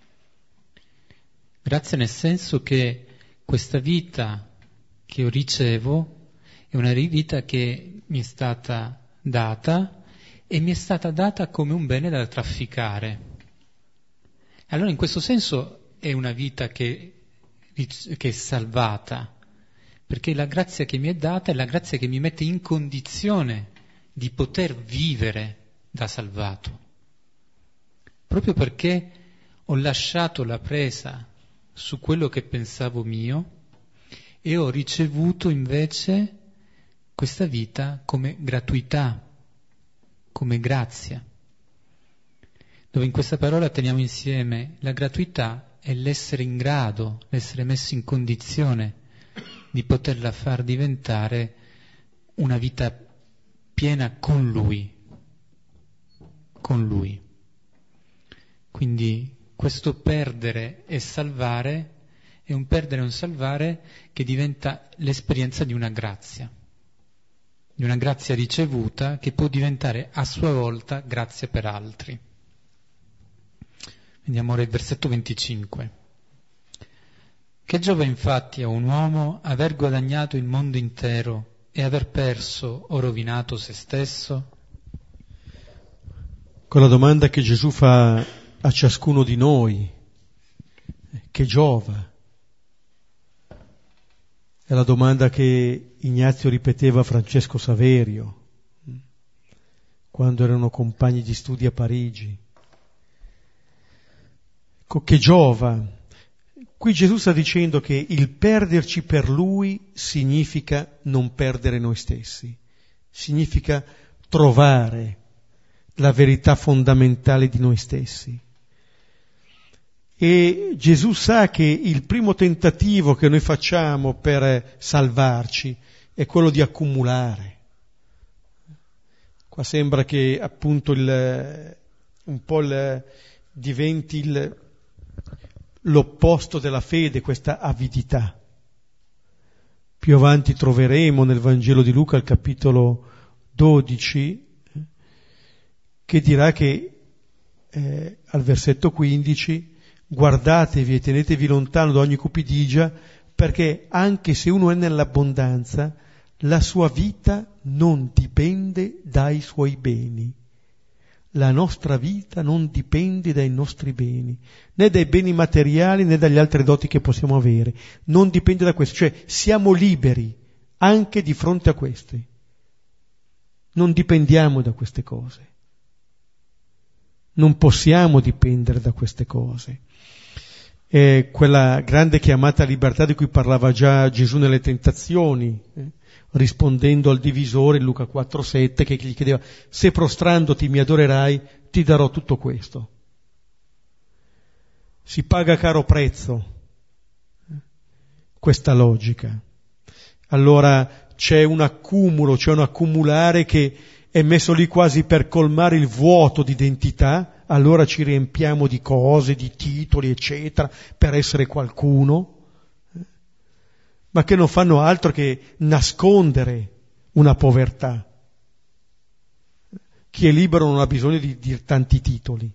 Grazia nel senso che questa vita che io ricevo è una vita che mi è stata data e mi è stata data come un bene da trafficare. Allora in questo senso è una vita che è salvata, perché la grazia che mi è data è la grazia che mi mette in condizione di poter vivere da salvato, proprio perché ho lasciato la presa su quello che pensavo mio e ho ricevuto invece questa vita come gratuità, come grazia, dove in questa parola teniamo insieme la gratuità e l'essere in grado, l'essere messi in condizione di poterla far diventare una vita piena con Lui, con Lui. Quindi questo perdere e salvare è un perdere e un salvare che diventa l'esperienza di una grazia ricevuta che può diventare a sua volta grazia per altri. Vediamo ora il versetto 25. Che giova infatti a un uomo aver guadagnato il mondo intero e aver perso o rovinato se stesso? Con la domanda che Gesù fa a ciascuno di noi, che giova? È la domanda che Ignazio ripeteva a Francesco Saverio quando erano compagni di studi a Parigi. Che giova? Qui Gesù sta dicendo che il perderci per Lui significa non perdere noi stessi, significa trovare la verità fondamentale di noi stessi. E Gesù sa che il primo tentativo che noi facciamo per salvarci è quello di accumulare. Qua sembra che appunto diventi l'opposto della fede, questa avidità. Più avanti troveremo nel Vangelo di Luca, al capitolo 12, che dirà che al versetto 15: guardatevi e tenetevi lontano da ogni cupidigia, perché anche se uno è nell'abbondanza, la sua vita non dipende dai suoi beni. La nostra vita non dipende dai nostri beni, né dai beni materiali né dagli altri doti che possiamo avere. Non dipende da questo, cioè siamo liberi anche di fronte a questi. Non dipendiamo da queste cose. Non possiamo dipendere da queste cose. È quella grande chiamata a libertà di cui parlava già Gesù nelle tentazioni, rispondendo al divisore in Luca 4,7, che gli chiedeva: se prostrandoti mi adorerai, ti darò tutto questo. Si paga a caro prezzo questa logica. Allora c'è un accumulo, c'è un accumulare che è messo lì quasi per colmare il vuoto di identità. Allora ci riempiamo di cose, di titoli, eccetera, per essere qualcuno, ma che non fanno altro che nascondere una povertà. Chi è libero non ha bisogno di dire tanti titoli.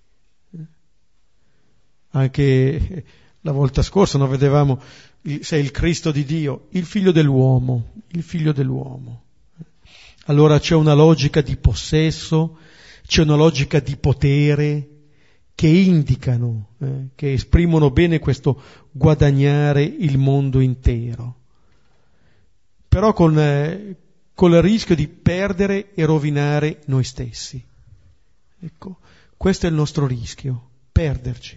Anche la volta scorsa noi vedevamo: sei il Cristo di Dio, il figlio dell'uomo, il figlio dell'uomo. Allora c'è una logica di possesso, c'è una logica di potere che indicano, che esprimono bene questo guadagnare il mondo intero. Però con il rischio di perdere e rovinare noi stessi. Ecco, questo è il nostro rischio, perderci.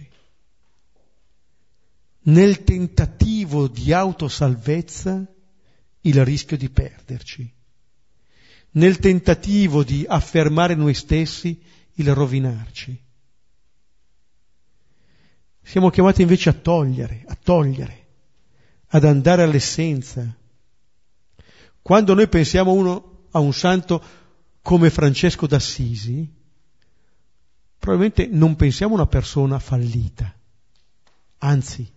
Nel tentativo di autosalvezza, il rischio di perderci. Nel tentativo di affermare noi stessi, il rovinarci. Siamo chiamati invece a togliere, ad andare all'essenza. Quando noi pensiamo a un santo come Francesco d'Assisi, probabilmente non pensiamo a una persona fallita, anzi.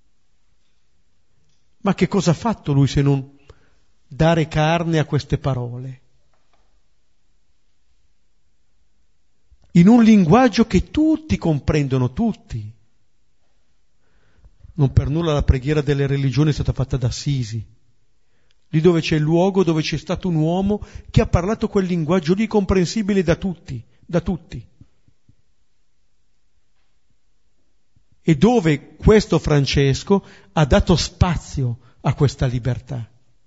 Ma che cosa ha fatto lui se non dare carne a queste parole? In un linguaggio che tutti comprendono, tutti. Non per nulla la preghiera delle religioni è stata fatta da Assisi, lì dove c'è il luogo, dove c'è stato un uomo che ha parlato quel linguaggio lì comprensibile da tutti, e dove questo Francesco ha dato spazio a questa libertà.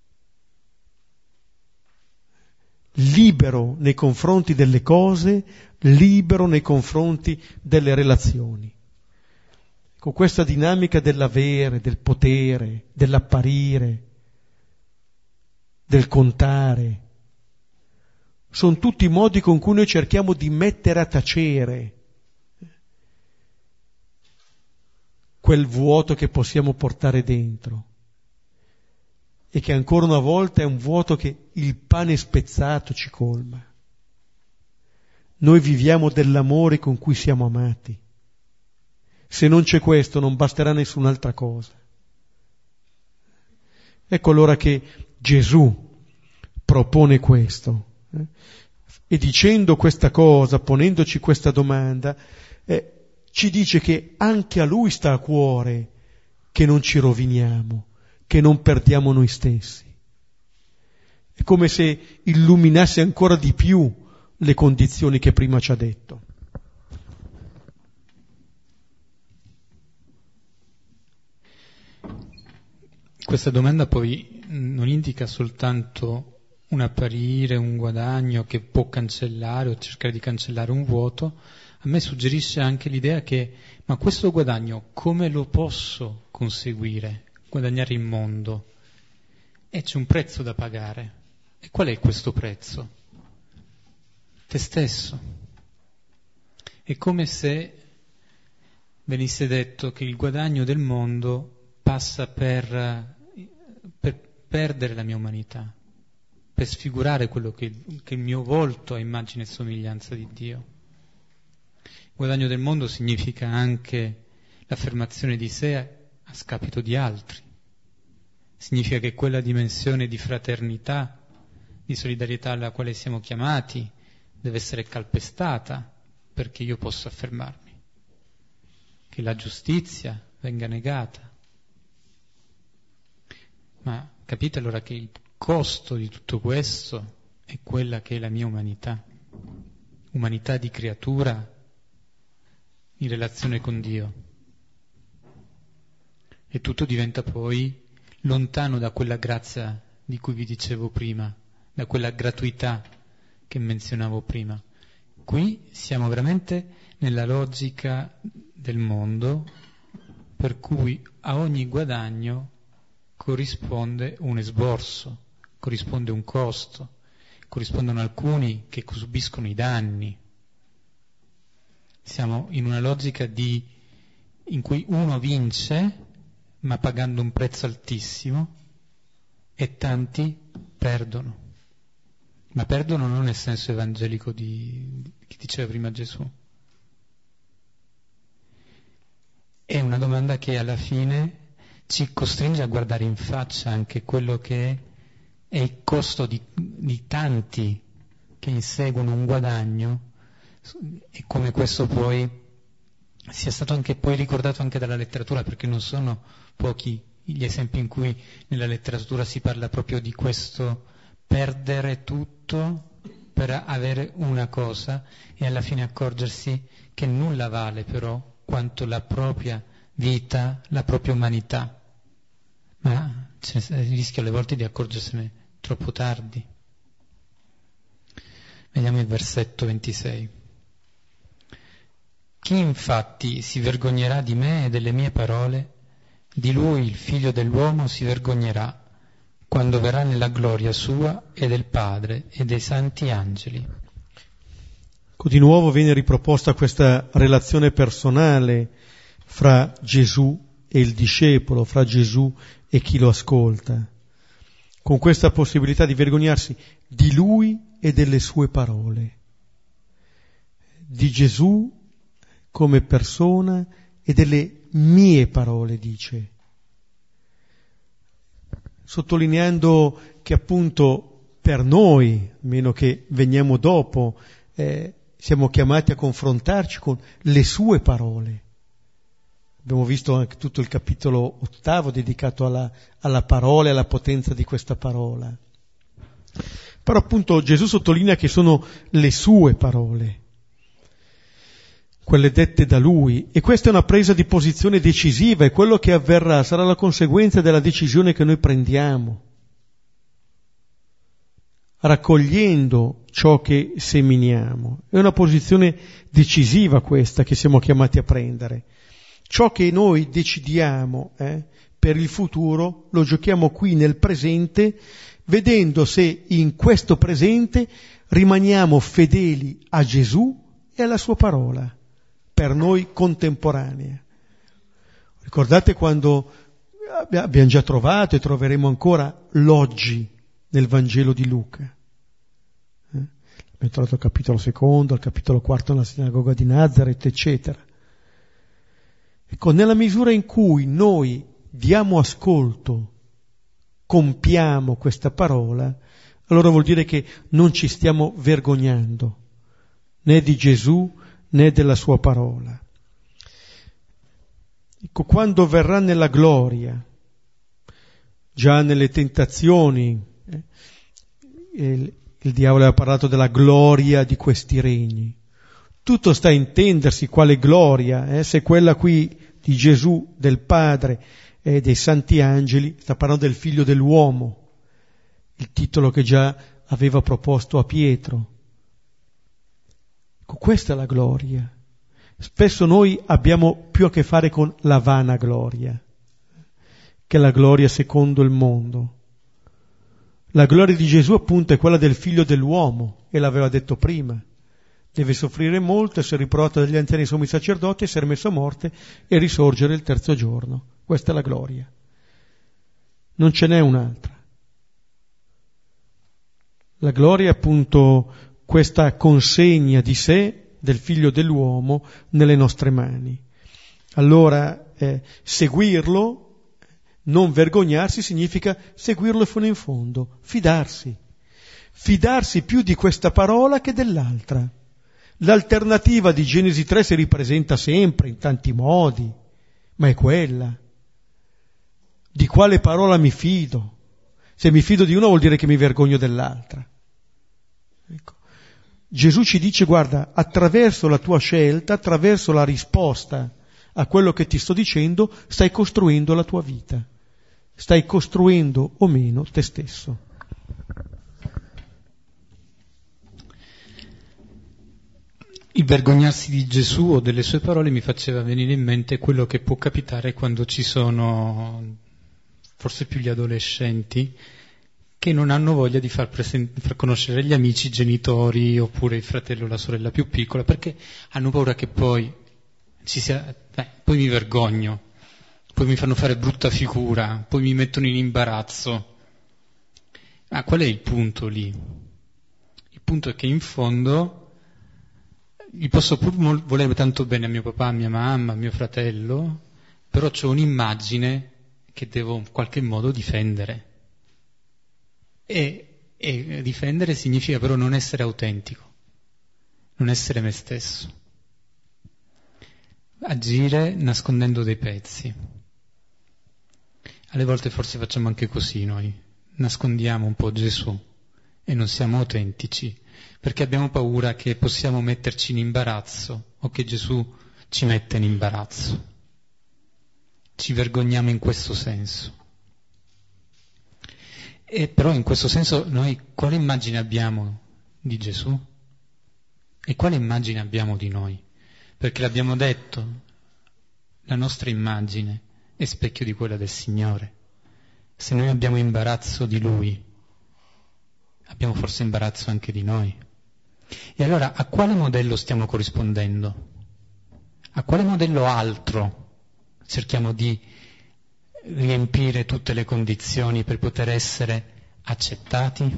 Libero nei confronti delle cose, libero nei confronti delle relazioni. Con questa dinamica dell'avere, del potere, dell'apparire, del contare, sono tutti i modi con cui noi cerchiamo di mettere a tacere quel vuoto che possiamo portare dentro. E che ancora una volta è un vuoto che il pane spezzato ci colma. Noi viviamo dell'amore con cui siamo amati. Se non c'è questo non basterà nessun'altra cosa. Ecco allora che Gesù propone questo. E dicendo questa cosa, ponendoci questa domanda, ci dice che anche a Lui sta a cuore che non ci roviniamo, che non perdiamo noi stessi. È come se illuminasse ancora di più le condizioni che prima ci ha detto. Questa domanda poi non indica soltanto un apparire, un guadagno che può cancellare o cercare di cancellare un vuoto. A me suggerisce anche l'idea che, ma questo guadagno come lo posso conseguire, guadagnare il mondo? E c'è un prezzo da pagare. E qual è questo prezzo? Te stesso. È come se venisse detto che il guadagno del mondo passa per perdere la mia umanità, per sfigurare quello che il mio volto è immagine e somiglianza di Dio. Il guadagno del mondo significa anche l'affermazione di sé a scapito di altri. Significa che quella dimensione di fraternità, di solidarietà alla quale siamo chiamati, deve essere calpestata perché io possa affermarmi. Che la giustizia venga negata. Ma capite allora che il costo di tutto questo è quella che è la mia umanità di creatura in relazione con Dio. E tutto diventa poi lontano da quella grazia di cui vi dicevo prima, da quella gratuità che menzionavo prima. Qui siamo veramente nella logica del mondo per cui a ogni guadagno corrisponde un esborso, corrisponde un costo, corrispondono alcuni che subiscono i danni. Siamo in una logica in cui uno vince, ma pagando un prezzo altissimo, e tanti perdono. Ma perdono non nel senso evangelico che diceva prima Gesù. È una domanda che alla fine ci costringe a guardare in faccia anche quello che è il costo di tanti che inseguono un guadagno, e come questo poi sia stato anche poi ricordato anche dalla letteratura, perché non sono pochi gli esempi in cui nella letteratura si parla proprio di questo perdere tutto per avere una cosa e alla fine accorgersi che nulla vale però quanto la propria vita, la propria umanità. Ma c'è il rischio alle volte di accorgersene troppo tardi. Vediamo il versetto 26. Chi infatti si vergognerà di me e delle mie parole, di lui il Figlio dell'uomo si vergognerà quando verrà nella gloria sua e del Padre e dei santi angeli. Di nuovo viene riproposta questa relazione personale fra Gesù e il discepolo, fra Gesù e chi lo ascolta, con questa possibilità di vergognarsi di lui e delle sue parole, di Gesù come persona e delle mie parole, dice, sottolineando che appunto per noi, meno che veniamo dopo, siamo chiamati a confrontarci con le sue parole. Abbiamo visto anche tutto il capitolo 8 dedicato alla parola e alla potenza di questa parola. Però appunto Gesù sottolinea che sono le sue parole, quelle dette da Lui, e questa è una presa di posizione decisiva, e quello che avverrà sarà la conseguenza della decisione che noi prendiamo, raccogliendo ciò che seminiamo. È una posizione decisiva questa che siamo chiamati a prendere. Ciò che noi decidiamo per il futuro lo giochiamo qui nel presente, vedendo se in questo presente rimaniamo fedeli a Gesù e alla sua parola, per noi contemporanea. Ricordate quando abbiamo già trovato e troveremo ancora l'oggi nel Vangelo di Luca. Abbiamo trovato il capitolo 2, il capitolo 4 nella sinagoga di Nazaret, eccetera. Ecco, nella misura in cui noi diamo ascolto, compiamo questa parola, allora vuol dire che non ci stiamo vergognando né di Gesù né della sua parola. Ecco, quando verrà nella gloria, già nelle tentazioni, il diavolo aveva parlato della gloria di questi regni. Tutto sta a intendersi quale gloria, se quella qui di Gesù, del Padre e dei santi angeli, sta parlando del Figlio dell'uomo, il titolo che già aveva proposto a Pietro. Ecco, questa è la gloria. Spesso noi abbiamo più a che fare con la vana gloria che la gloria secondo il mondo. La gloria di Gesù appunto è quella del Figlio dell'uomo, e l'aveva detto prima. Deve soffrire molto, essere riprovato dagli anziani sommi sacerdoti, essere messo a morte e risorgere il terzo giorno. Questa è la gloria. Non ce n'è un'altra. La gloria è appunto questa consegna di sé del Figlio dell'uomo nelle nostre mani. Allora seguirlo, non vergognarsi, significa seguirlo fino in fondo, fidarsi più di questa parola che dell'altra. L'alternativa di Genesi 3 si ripresenta sempre in tanti modi, ma è quella. Di quale parola mi fido? Se mi fido di una vuol dire che mi vergogno dell'altra. Ecco. Gesù ci dice: guarda, attraverso la tua scelta, attraverso la risposta a quello che ti sto dicendo, stai costruendo la tua vita. Stai costruendo o meno te stesso. Il vergognarsi di Gesù o delle sue parole mi faceva venire in mente quello che può capitare quando ci sono, forse più gli adolescenti, che non hanno voglia di far conoscere gli amici, i genitori, oppure il fratello o la sorella più piccola, perché hanno paura che poi poi mi vergogno, poi mi fanno fare brutta figura, poi mi mettono in imbarazzo. Ma qual è il punto lì? Il punto è che in fondo gli posso pur volere tanto bene a mio papà, a mia mamma, a mio fratello, però c'ho un'immagine che devo in qualche modo difendere. E difendere significa però non essere autentico, non essere me stesso. Agire nascondendo dei pezzi. Alle volte forse facciamo anche così noi, nascondiamo un po' Gesù e non siamo autentici, perché abbiamo paura che possiamo metterci in imbarazzo o che Gesù ci metta in imbarazzo. Ci vergogniamo in questo senso. E però in questo senso noi quale immagine abbiamo di Gesù? E quale immagine abbiamo di noi? Perché l'abbiamo detto, la nostra immagine è specchio di quella del Signore. Se noi abbiamo imbarazzo di Lui, abbiamo forse imbarazzo anche di noi. E allora a quale modello stiamo corrispondendo? A quale modello altro cerchiamo di riempire tutte le condizioni per poter essere accettati?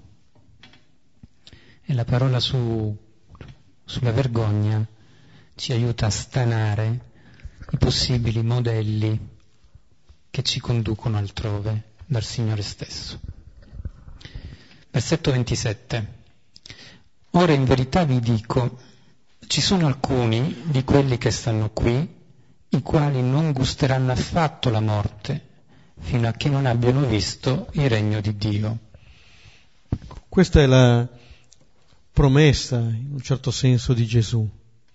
E la parola sulla vergogna ci aiuta a stanare i possibili modelli che ci conducono altrove dal Signore stesso. Versetto 27. Ora in verità vi dico, ci sono alcuni di quelli che stanno qui, i quali non gusteranno affatto la morte, fino a che non abbiano visto il regno di Dio. Questa è la promessa, in un certo senso, di Gesù.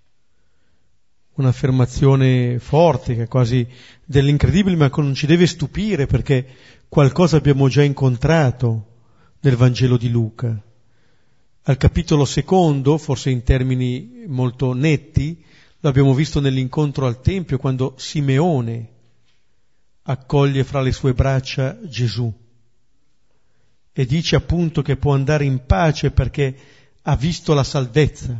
Un'affermazione forte, che è quasi dell'incredibile, ma che non ci deve stupire, perché qualcosa abbiamo già incontrato nel Vangelo di Luca. Al capitolo 2, forse in termini molto netti, l'abbiamo visto nell'incontro al Tempio, quando Simeone accoglie fra le sue braccia Gesù e dice appunto che può andare in pace perché ha visto la salvezza.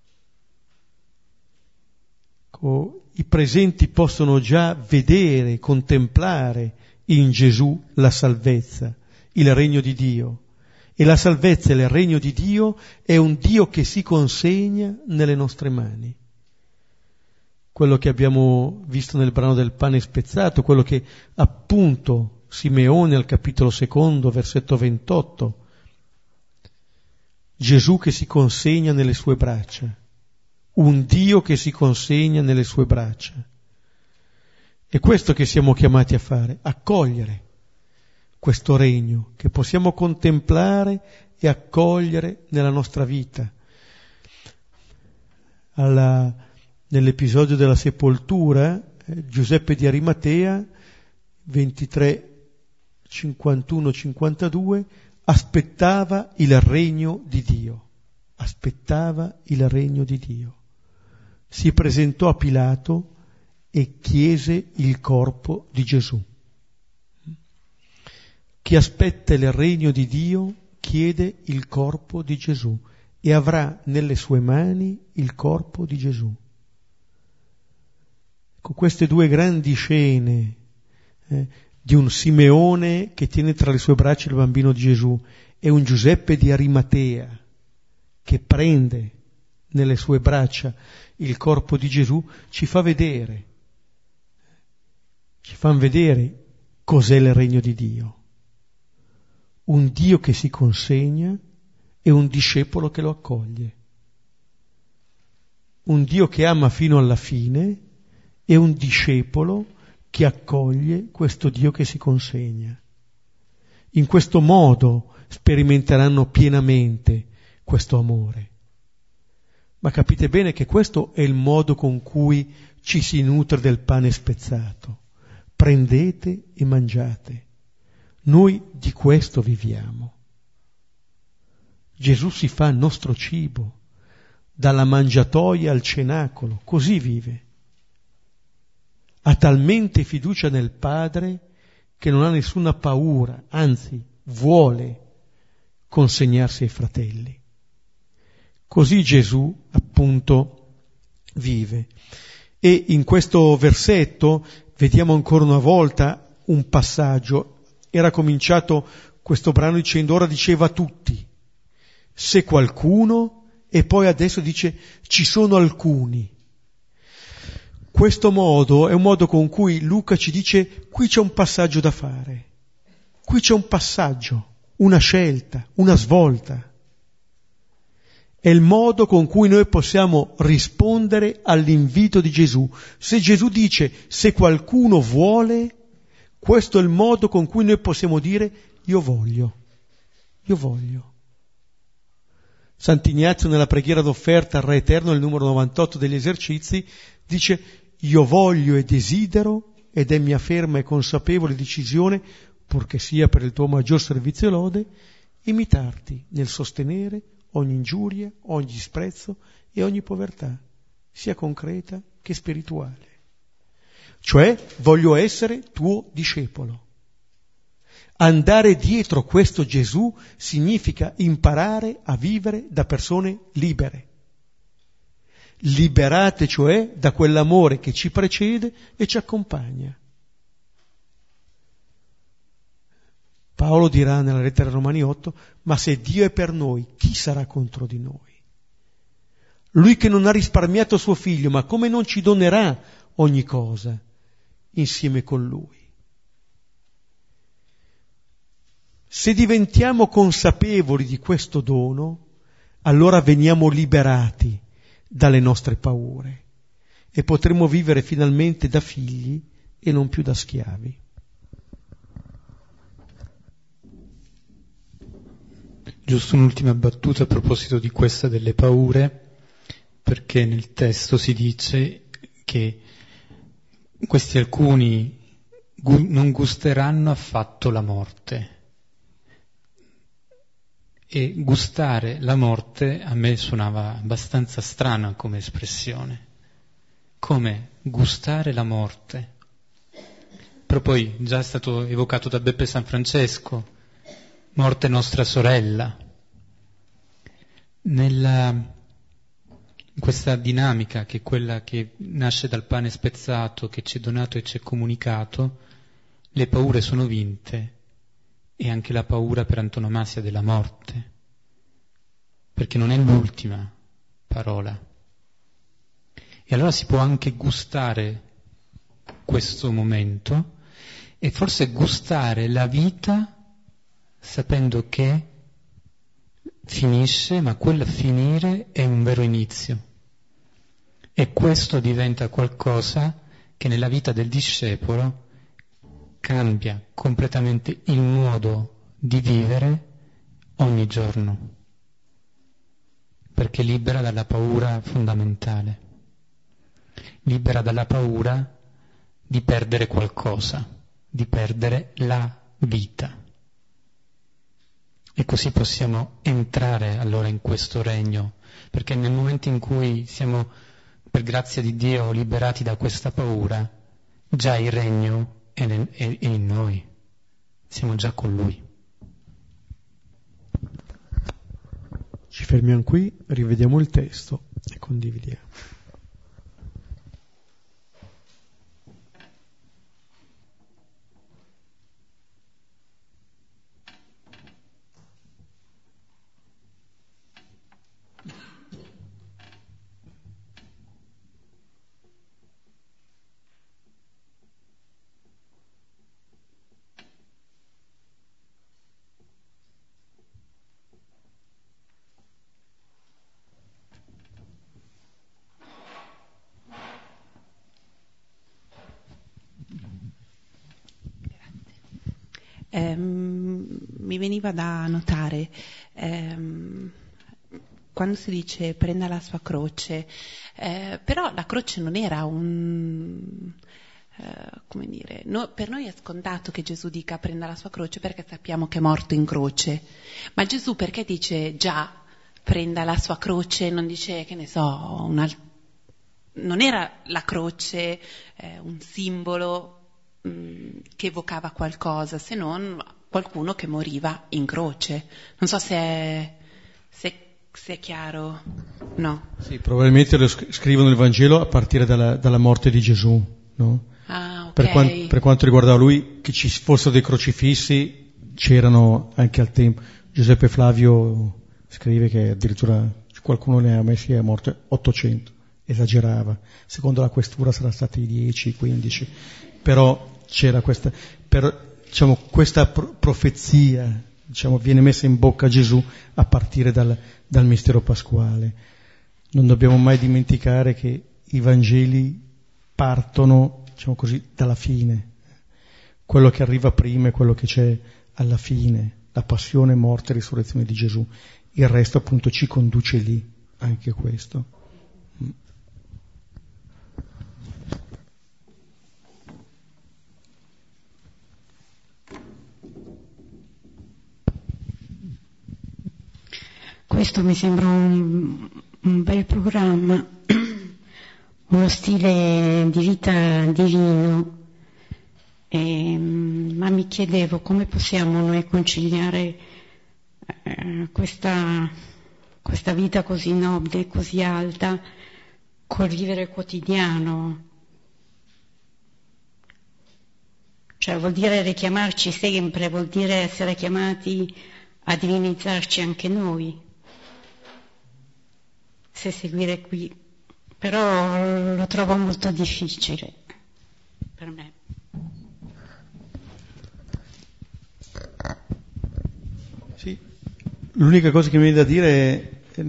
I presenti possono già vedere, contemplare in Gesù la salvezza, il regno di Dio. E la salvezza e il regno di Dio è un Dio che si consegna nelle nostre mani. quello che abbiamo visto nel brano del pane spezzato, quello che appunto Simeone al capitolo 2, versetto 28, Gesù che si consegna nelle sue braccia, un Dio che si consegna nelle sue braccia. È questo che siamo chiamati a fare, accogliere questo regno che possiamo contemplare e accogliere nella nostra vita. Nell'episodio della sepoltura, Giuseppe di Arimatea, 23, 51, 52, aspettava il regno di Dio. Aspettava il regno di Dio. Si presentò a Pilato e chiese il corpo di Gesù. Chi aspetta il regno di Dio chiede il corpo di Gesù e avrà nelle sue mani il corpo di Gesù. Con queste due grandi scene di un Simeone che tiene tra le sue braccia il bambino di Gesù e un Giuseppe di Arimatea che prende nelle sue braccia il corpo di Gesù, ci fanno vedere cos'è il regno di Dio. Un Dio che si consegna e un discepolo che lo accoglie. Un Dio che ama fino alla fine e un discepolo che accoglie questo Dio che si consegna. In questo modo sperimenteranno pienamente questo amore. Ma capite bene che questo è il modo con cui ci si nutre del pane spezzato. Prendete e mangiate. Noi di questo viviamo. Gesù si fa nostro cibo, dalla mangiatoia al cenacolo, così vive. Ha talmente fiducia nel Padre che non ha nessuna paura, anzi vuole consegnarsi ai fratelli. Così Gesù appunto vive. E in questo versetto vediamo ancora una volta un passaggio. Era cominciato questo brano dicendo ora diceva a tutti, se qualcuno, e poi adesso dice ci sono alcuni. Questo modo è un modo con cui Luca ci dice qui c'è un passaggio da fare, qui c'è un passaggio, una scelta, una svolta. È il modo con cui noi possiamo rispondere all'invito di Gesù. Se Gesù dice se qualcuno vuole, questo è il modo con cui noi possiamo dire io voglio. Sant'Ignazio nella preghiera d'offerta al Re Eterno, nel numero 98 degli esercizi, dice io voglio e desidero, ed è mia ferma e consapevole decisione, purché sia per il tuo maggior servizio e lode, imitarti nel sostenere ogni ingiuria, ogni disprezzo e ogni povertà, sia concreta che spirituale. Cioè, voglio essere tuo discepolo. Andare dietro questo Gesù significa imparare a vivere da persone libere. Liberate, cioè, da quell'amore che ci precede e ci accompagna. Paolo dirà nella lettera ai Romani 8, ma se Dio è per noi, chi sarà contro di noi? Lui che non ha risparmiato suo figlio, ma come non ci donerà ogni cosa insieme con lui? Se diventiamo consapevoli di questo dono, allora veniamo liberati dalle nostre paure e potremo vivere finalmente da figli e non più da schiavi. Giusto un'ultima battuta a proposito di questa delle paure, perché nel testo si dice che questi alcuni non gusteranno affatto la morte. E gustare la morte a me suonava abbastanza strana come espressione. Come gustare la morte? Però poi già è stato evocato da Beppe San Francesco, morte nostra sorella. In questa dinamica che è quella che nasce dal pane spezzato, che ci è donato e ci è comunicato, le paure sono vinte. E anche la paura per antonomasia della morte, perché non è l'ultima parola. E allora si può anche gustare questo momento e forse gustare la vita sapendo che finisce, ma quel finire è un vero inizio. E questo diventa qualcosa che nella vita del discepolo cambia completamente il modo di vivere ogni giorno, perché libera dalla paura fondamentale, libera dalla paura di perdere qualcosa, di perdere la vita. E così possiamo entrare allora in questo regno, perché nel momento in cui siamo, per grazia di Dio, liberati da questa paura, già il regno è in noi, siamo già con Lui. Ci fermiamo qui, rivediamo il testo e condividiamo. Mi veniva da notare quando si dice prenda la sua croce, però la croce non era come dire, per noi è scontato che Gesù dica prenda la sua croce perché sappiamo che è morto in croce, ma Gesù perché dice già prenda la sua croce, non dice, che ne so, non era la croce un simbolo che evocava qualcosa, se non qualcuno che moriva in croce. Non so se è chiaro. No. Sì, probabilmente lo scrivono il Vangelo a partire dalla morte di Gesù, no? Ah, ok. Per quanto riguardava lui, che ci fossero dei crocifissi, c'erano anche al tempo. Giuseppe Flavio scrive che addirittura qualcuno ne ha messi a morte 800, esagerava. Secondo la questura saranno stati 10, 15. Però c'era questa, diciamo, questa profezia, diciamo, viene messa in bocca a Gesù a partire dal mistero pasquale. Non dobbiamo mai dimenticare che i Vangeli partono, diciamo così, dalla fine. Quello che arriva prima è quello che c'è alla fine, la passione, morte e risurrezione di Gesù. Il resto appunto ci conduce lì, anche questo. Questo mi sembra un bel programma, uno stile di vita divino, ma mi chiedevo come possiamo noi conciliare questa vita così nobile, così alta, col vivere quotidiano. Cioè vuol dire richiamarci sempre, vuol dire essere chiamati a divinizzarci anche noi. Se seguire qui, però lo trovo molto difficile per me. Sì, l'unica cosa che mi viene da dire è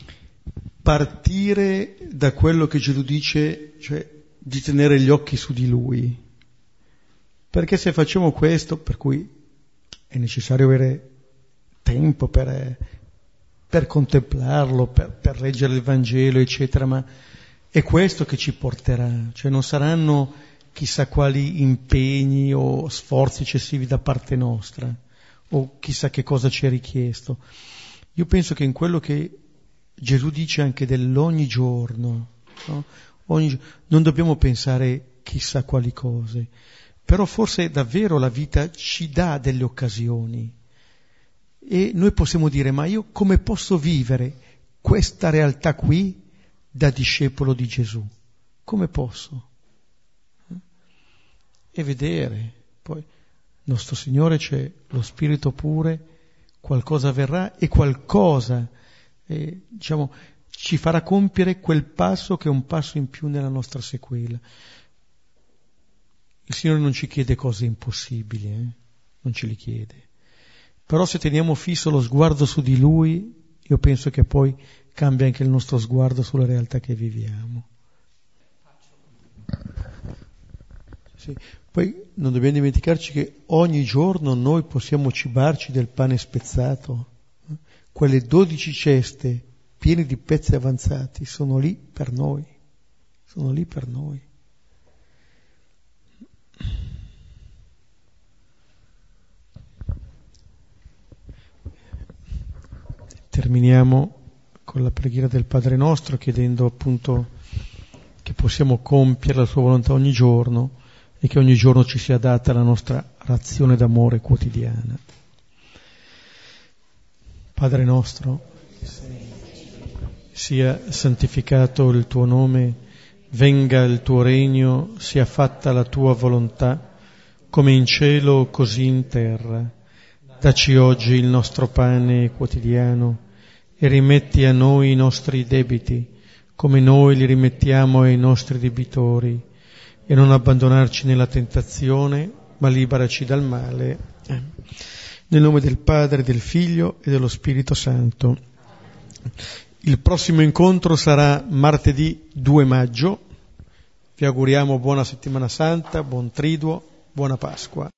partire da quello che Gesù dice, cioè di tenere gli occhi su di Lui, perché se facciamo questo, per cui è necessario avere tempo per contemplarlo, per leggere il Vangelo, eccetera, ma è questo che ci porterà, cioè non saranno chissà quali impegni o sforzi eccessivi da parte nostra, o chissà che cosa ci è richiesto. Io penso che in quello che Gesù dice anche dell'ogni giorno, no? Non dobbiamo pensare chissà quali cose, però forse davvero la vita ci dà delle occasioni. E noi possiamo dire, ma io come posso vivere questa realtà qui da discepolo di Gesù? Come posso? E vedere, poi nostro Signore c'è, lo Spirito pure, qualcosa verrà e qualcosa, diciamo, ci farà compiere quel passo che è un passo in più nella nostra sequela. Il Signore non ci chiede cose impossibili, non ce li chiede. Però se teniamo fisso lo sguardo su di Lui, io penso che poi cambia anche il nostro sguardo sulla realtà che viviamo. Sì. Poi non dobbiamo dimenticarci che ogni giorno noi possiamo cibarci del pane spezzato. Quelle 12 ceste piene di pezzi avanzati sono lì per noi. Sono lì per noi. Terminiamo con la preghiera del Padre nostro, chiedendo appunto che possiamo compiere la sua volontà ogni giorno e che ogni giorno ci sia data la nostra razione d'amore quotidiana. Padre nostro, sia santificato il tuo nome, venga il tuo regno, sia fatta la tua volontà, come in cielo così in terra. Dacci oggi il nostro pane quotidiano e rimetti a noi i nostri debiti, come noi li rimettiamo ai nostri debitori, e non abbandonarci nella tentazione, ma liberaci dal male. Nel nome del Padre, del Figlio e dello Spirito Santo. Il prossimo incontro sarà martedì 2 maggio. Vi auguriamo buona settimana santa, buon triduo, buona Pasqua.